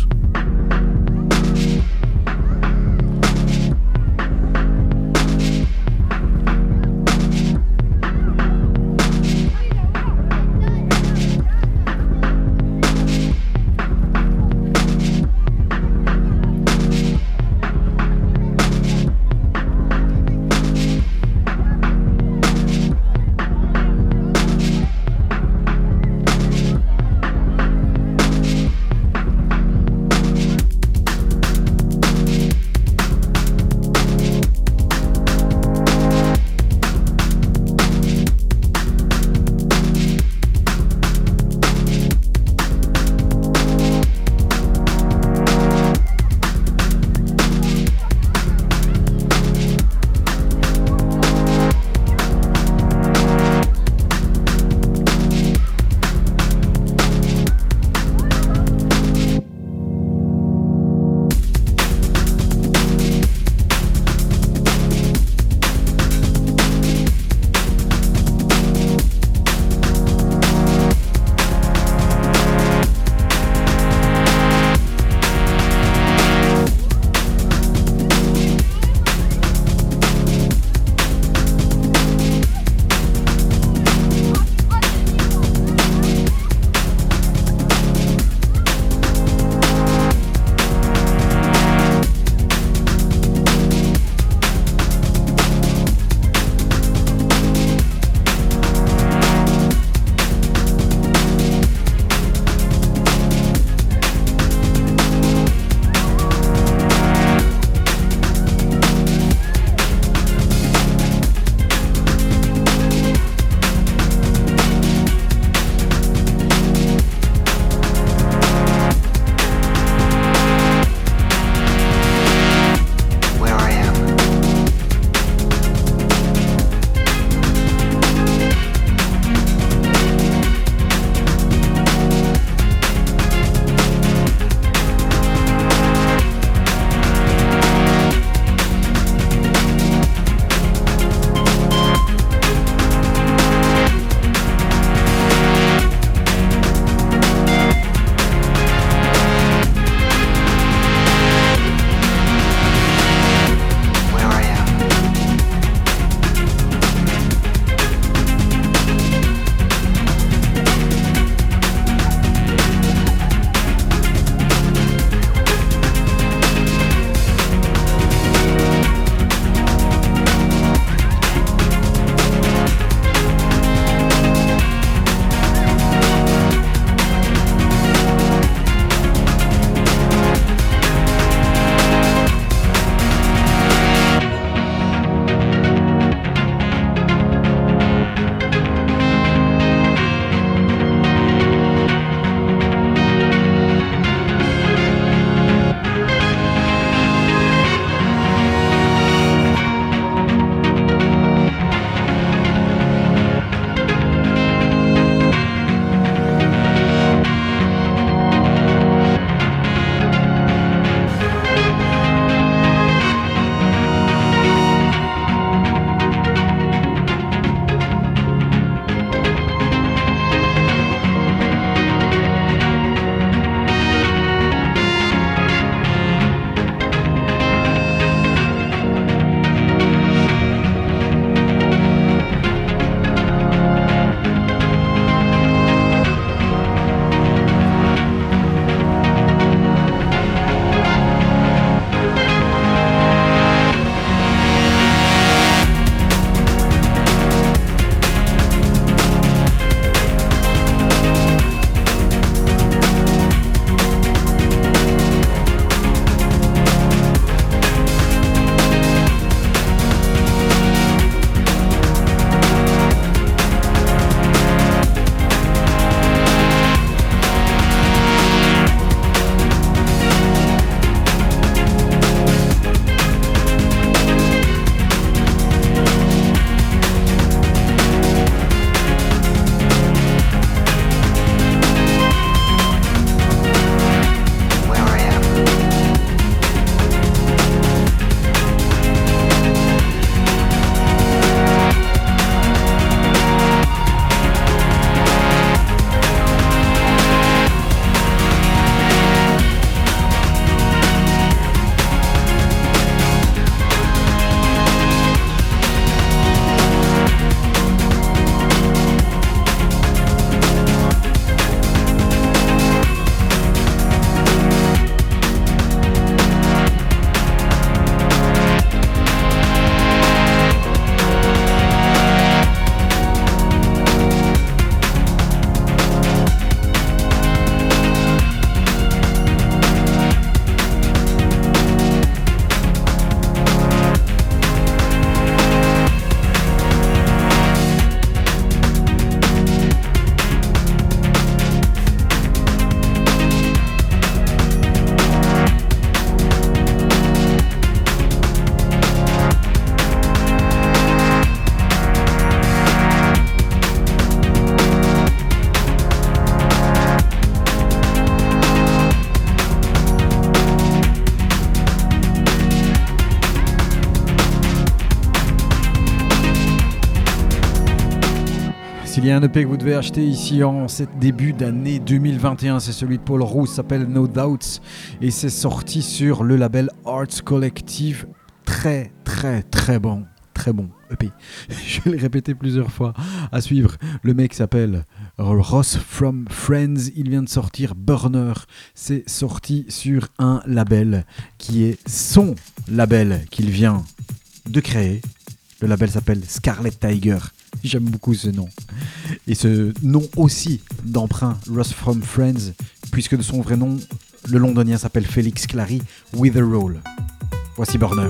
S'il y a un E P que vous devez acheter ici en ce début d'année deux mille vingt et un, c'est celui de Paul Roux, s'appelle No Doubts et c'est sorti sur le label Arts Collective. Très très très bon, très bon E P. Je vais le répéter plusieurs fois. À suivre, le mec s'appelle Ross from Friends, il vient de sortir Burner. C'est sorti sur un label qui est son label qu'il vient de créer. Le label s'appelle Scarlet Tiger. J'aime beaucoup ce nom. Et ce nom aussi d'emprunt, Ross from Friends, puisque de son vrai nom, le londonien s'appelle Félix Clary Witherall. Voici Burner.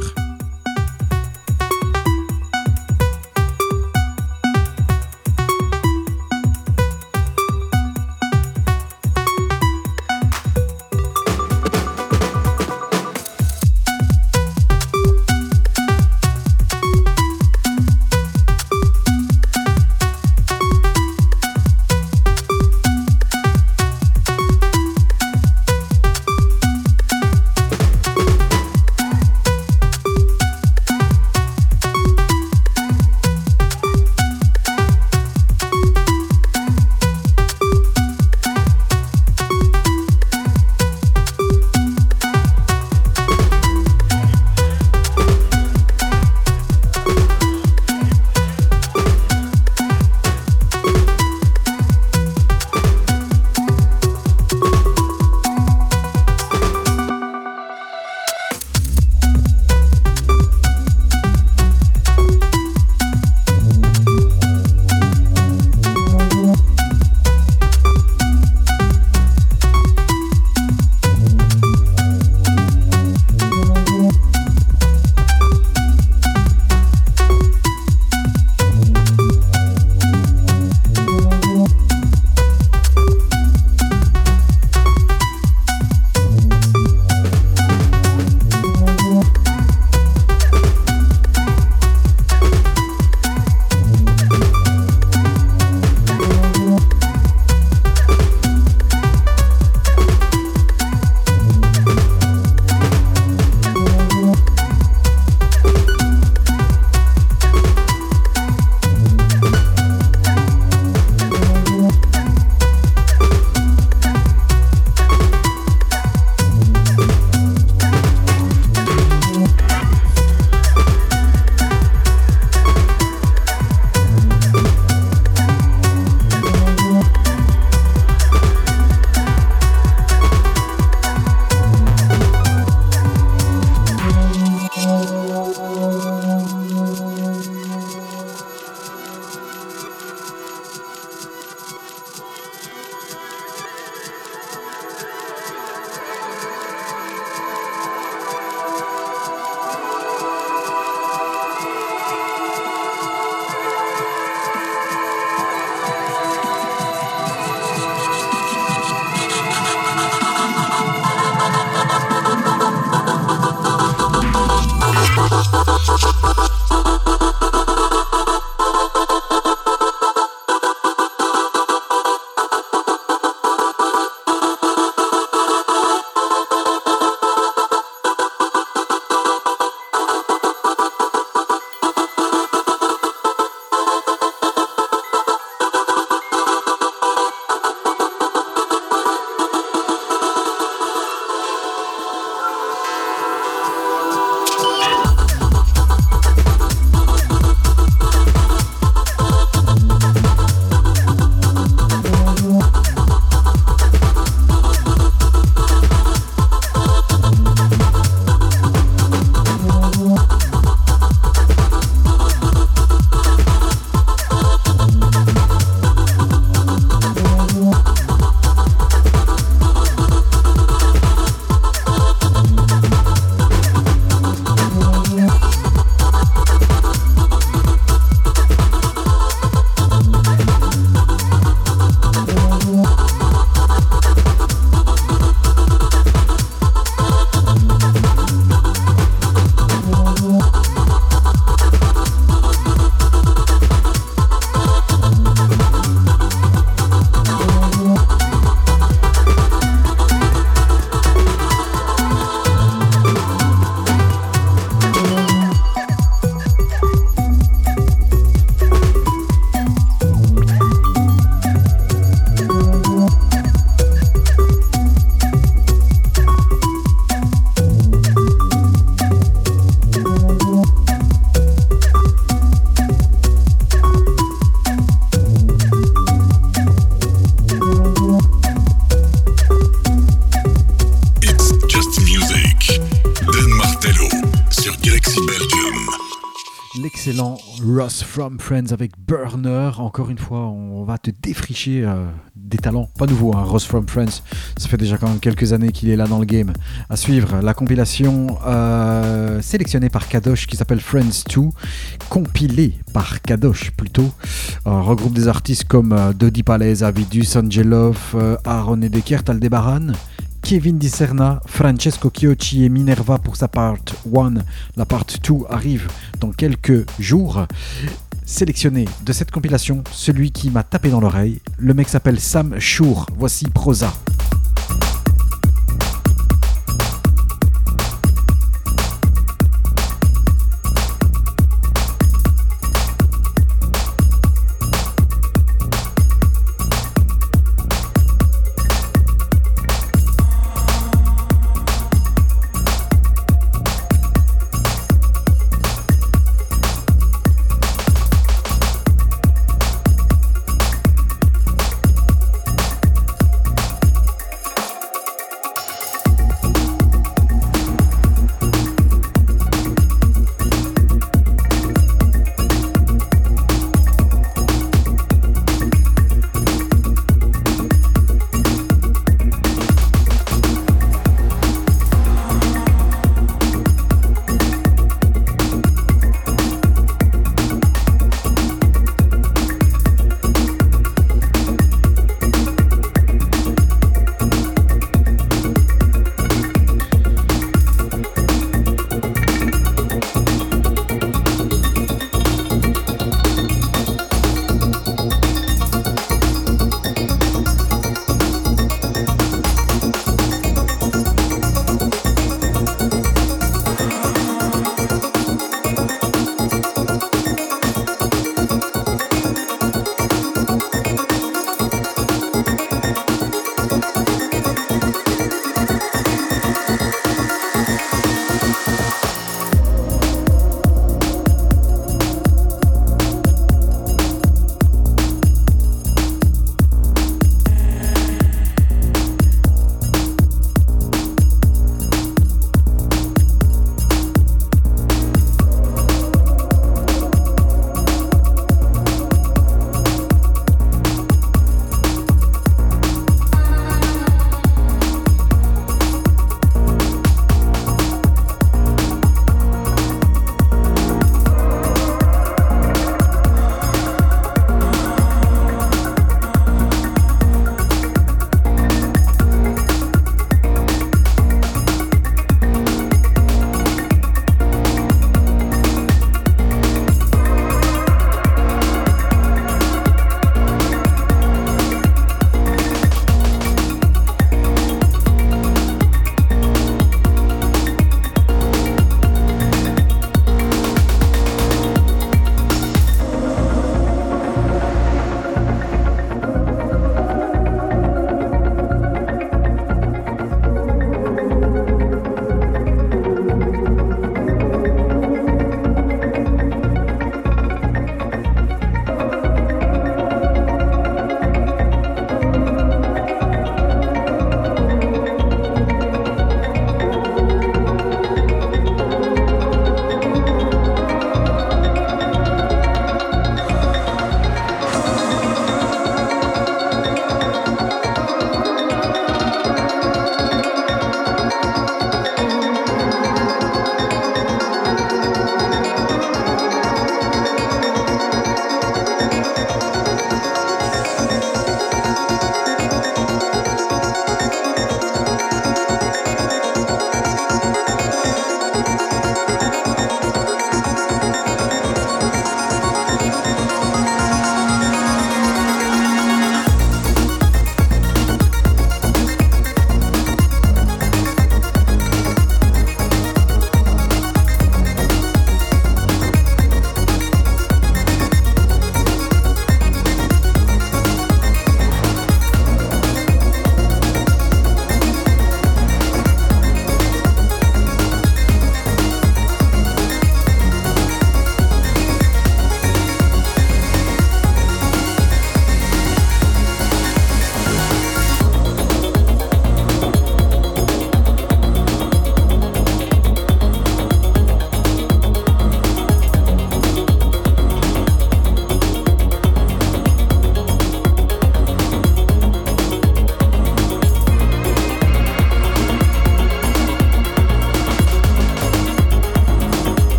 L'excellent Ross from Friends avec Burner. Encore une fois, on va te défricher euh, des talents. Pas nouveau, hein, Ross from Friends. Ça fait déjà quand même quelques années qu'il est là dans le game. À suivre, la compilation euh, sélectionnée par Kadosh qui s'appelle Friends deux, compilée par Kadosh plutôt. Euh, regroupe des artistes comme euh, Dodi Palez, Avidus, Angelov, euh, Aaron Edekert, Aldebaran, Kevin Di Serna, Francesco Chiocci et Minerva pour sa part un. La part deux arrive dans quelques jours. Sélectionné de cette compilation, celui qui m'a tapé dans l'oreille, le mec s'appelle Sam Shure. Voici Prosa.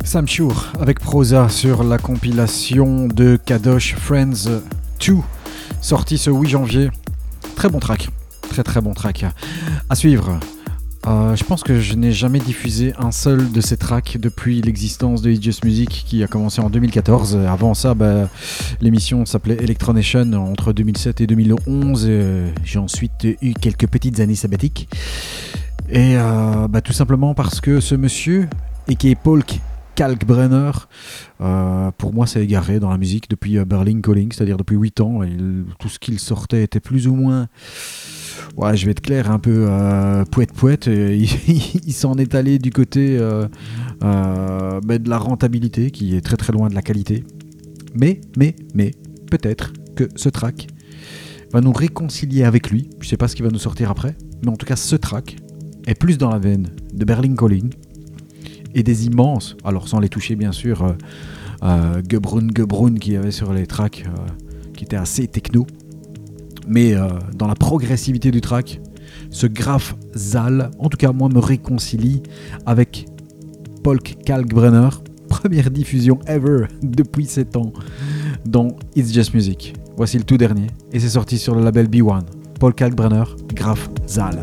Sam Shure avec Prosa sur la compilation de Kadosh Friends deux, sorti ce huit janvier. Très bon track, très très bon track. À suivre. Euh, je pense que je n'ai jamais diffusé un seul de ces tracks depuis l'existence de It's Just Music qui a commencé en deux mille quatorze. Avant ça, bah, l'émission s'appelait Electronation entre deux mille sept et deux mille onze. Et j'ai ensuite eu quelques petites années sabbatiques. Et euh, bah, tout simplement parce que ce monsieur, et qui est Paul Kalkbrenner, euh, pour moi c'est égaré dans la musique depuis euh, Berlin Calling, c'est-à-dire depuis huit ans. Et il, tout ce qu'il sortait était plus ou moins, ouais, je vais être clair, un peu euh, poète-poète. Il, il s'en est allé du côté euh, euh, bah, de la rentabilité, qui est très très loin de la qualité. Mais, mais, mais, peut-être que ce track va nous réconcilier avec lui. Je sais pas ce qui va nous sortir après, mais en tout cas ce track est plus dans la veine de Berlin Calling et des immenses, alors sans les toucher bien sûr, euh, euh, Gebrun Gebrun qu'il y avait sur les tracks euh, qui étaient assez techno, mais euh, dans la progressivité du track, ce graphe Zal, en tout cas moi, me réconcilie avec Paul Kalkbrenner, première diffusion ever depuis sept ans dans It's Just Music. Voici le tout dernier et c'est sorti sur le label B un. Paul Kalkbrenner, graphe Zal.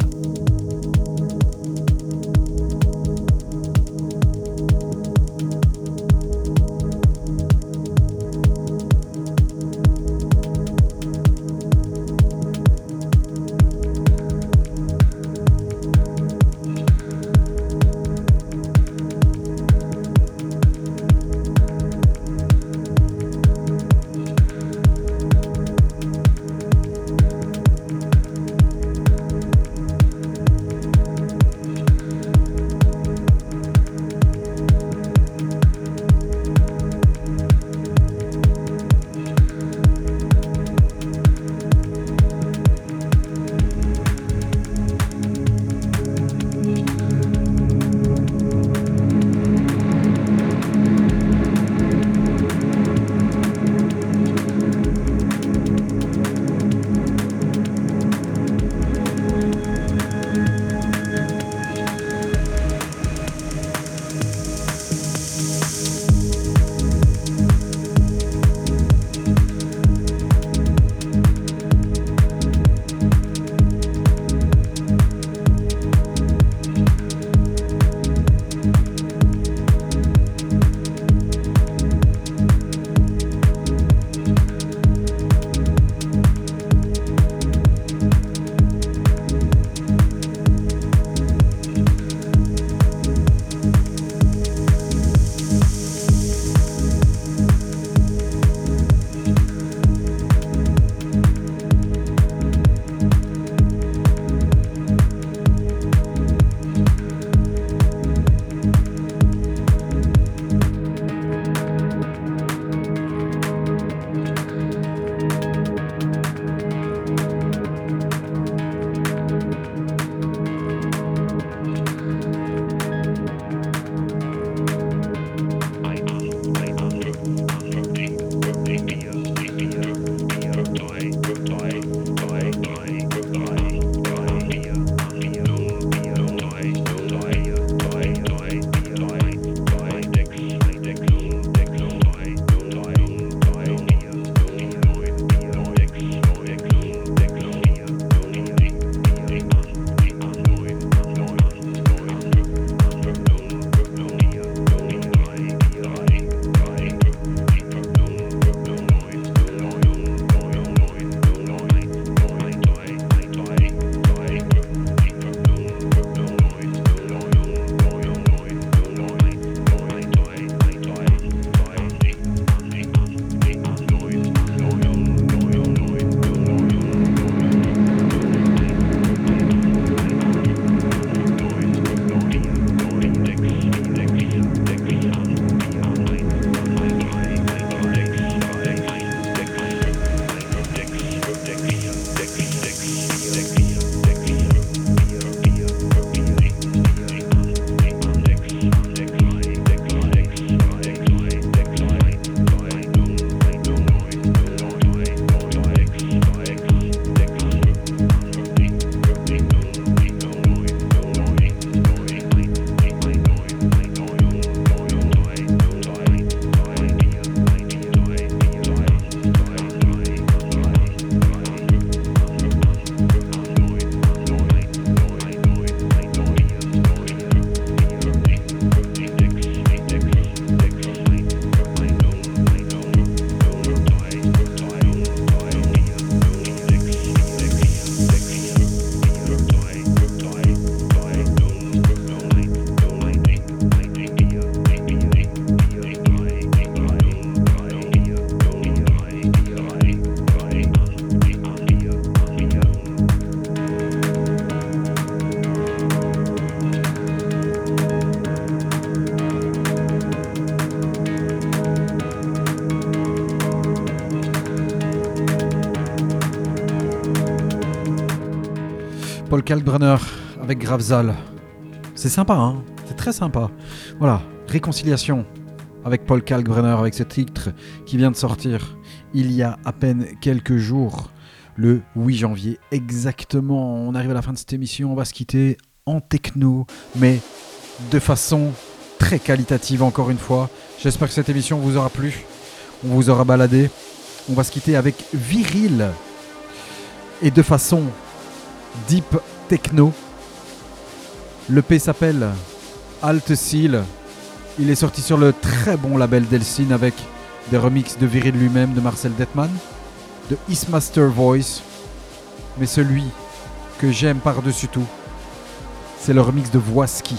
Paul Kalkbrenner avec Gravesal. C'est sympa, hein, c'est très sympa. Voilà, réconciliation avec Paul Kalkbrenner, avec ce titre qui vient de sortir il y a à peine quelques jours, le huit janvier exactement. On arrive à la fin de cette émission, on va se quitter en techno, mais de façon très qualitative encore une fois. J'espère que cette émission vous aura plu, on vous aura baladé. On va se quitter avec Viril et de façon deep techno. Le P s'appelle Alt Seal. Il est sorti sur le très bon label Delsin avec des remixes de Viril lui-même, de Marcel Detman, de Eastmaster Voice. Mais celui que j'aime par-dessus tout, c'est le remix de Voiski.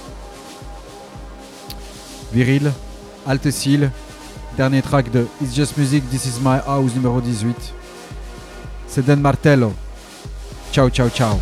Viril, Alt Seal, dernier track de It's Just Music, This Is My House numéro dix-huit. C'est Dan Martello. Ciao, ciao, ciao.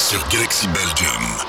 sur Galaxy Belgium.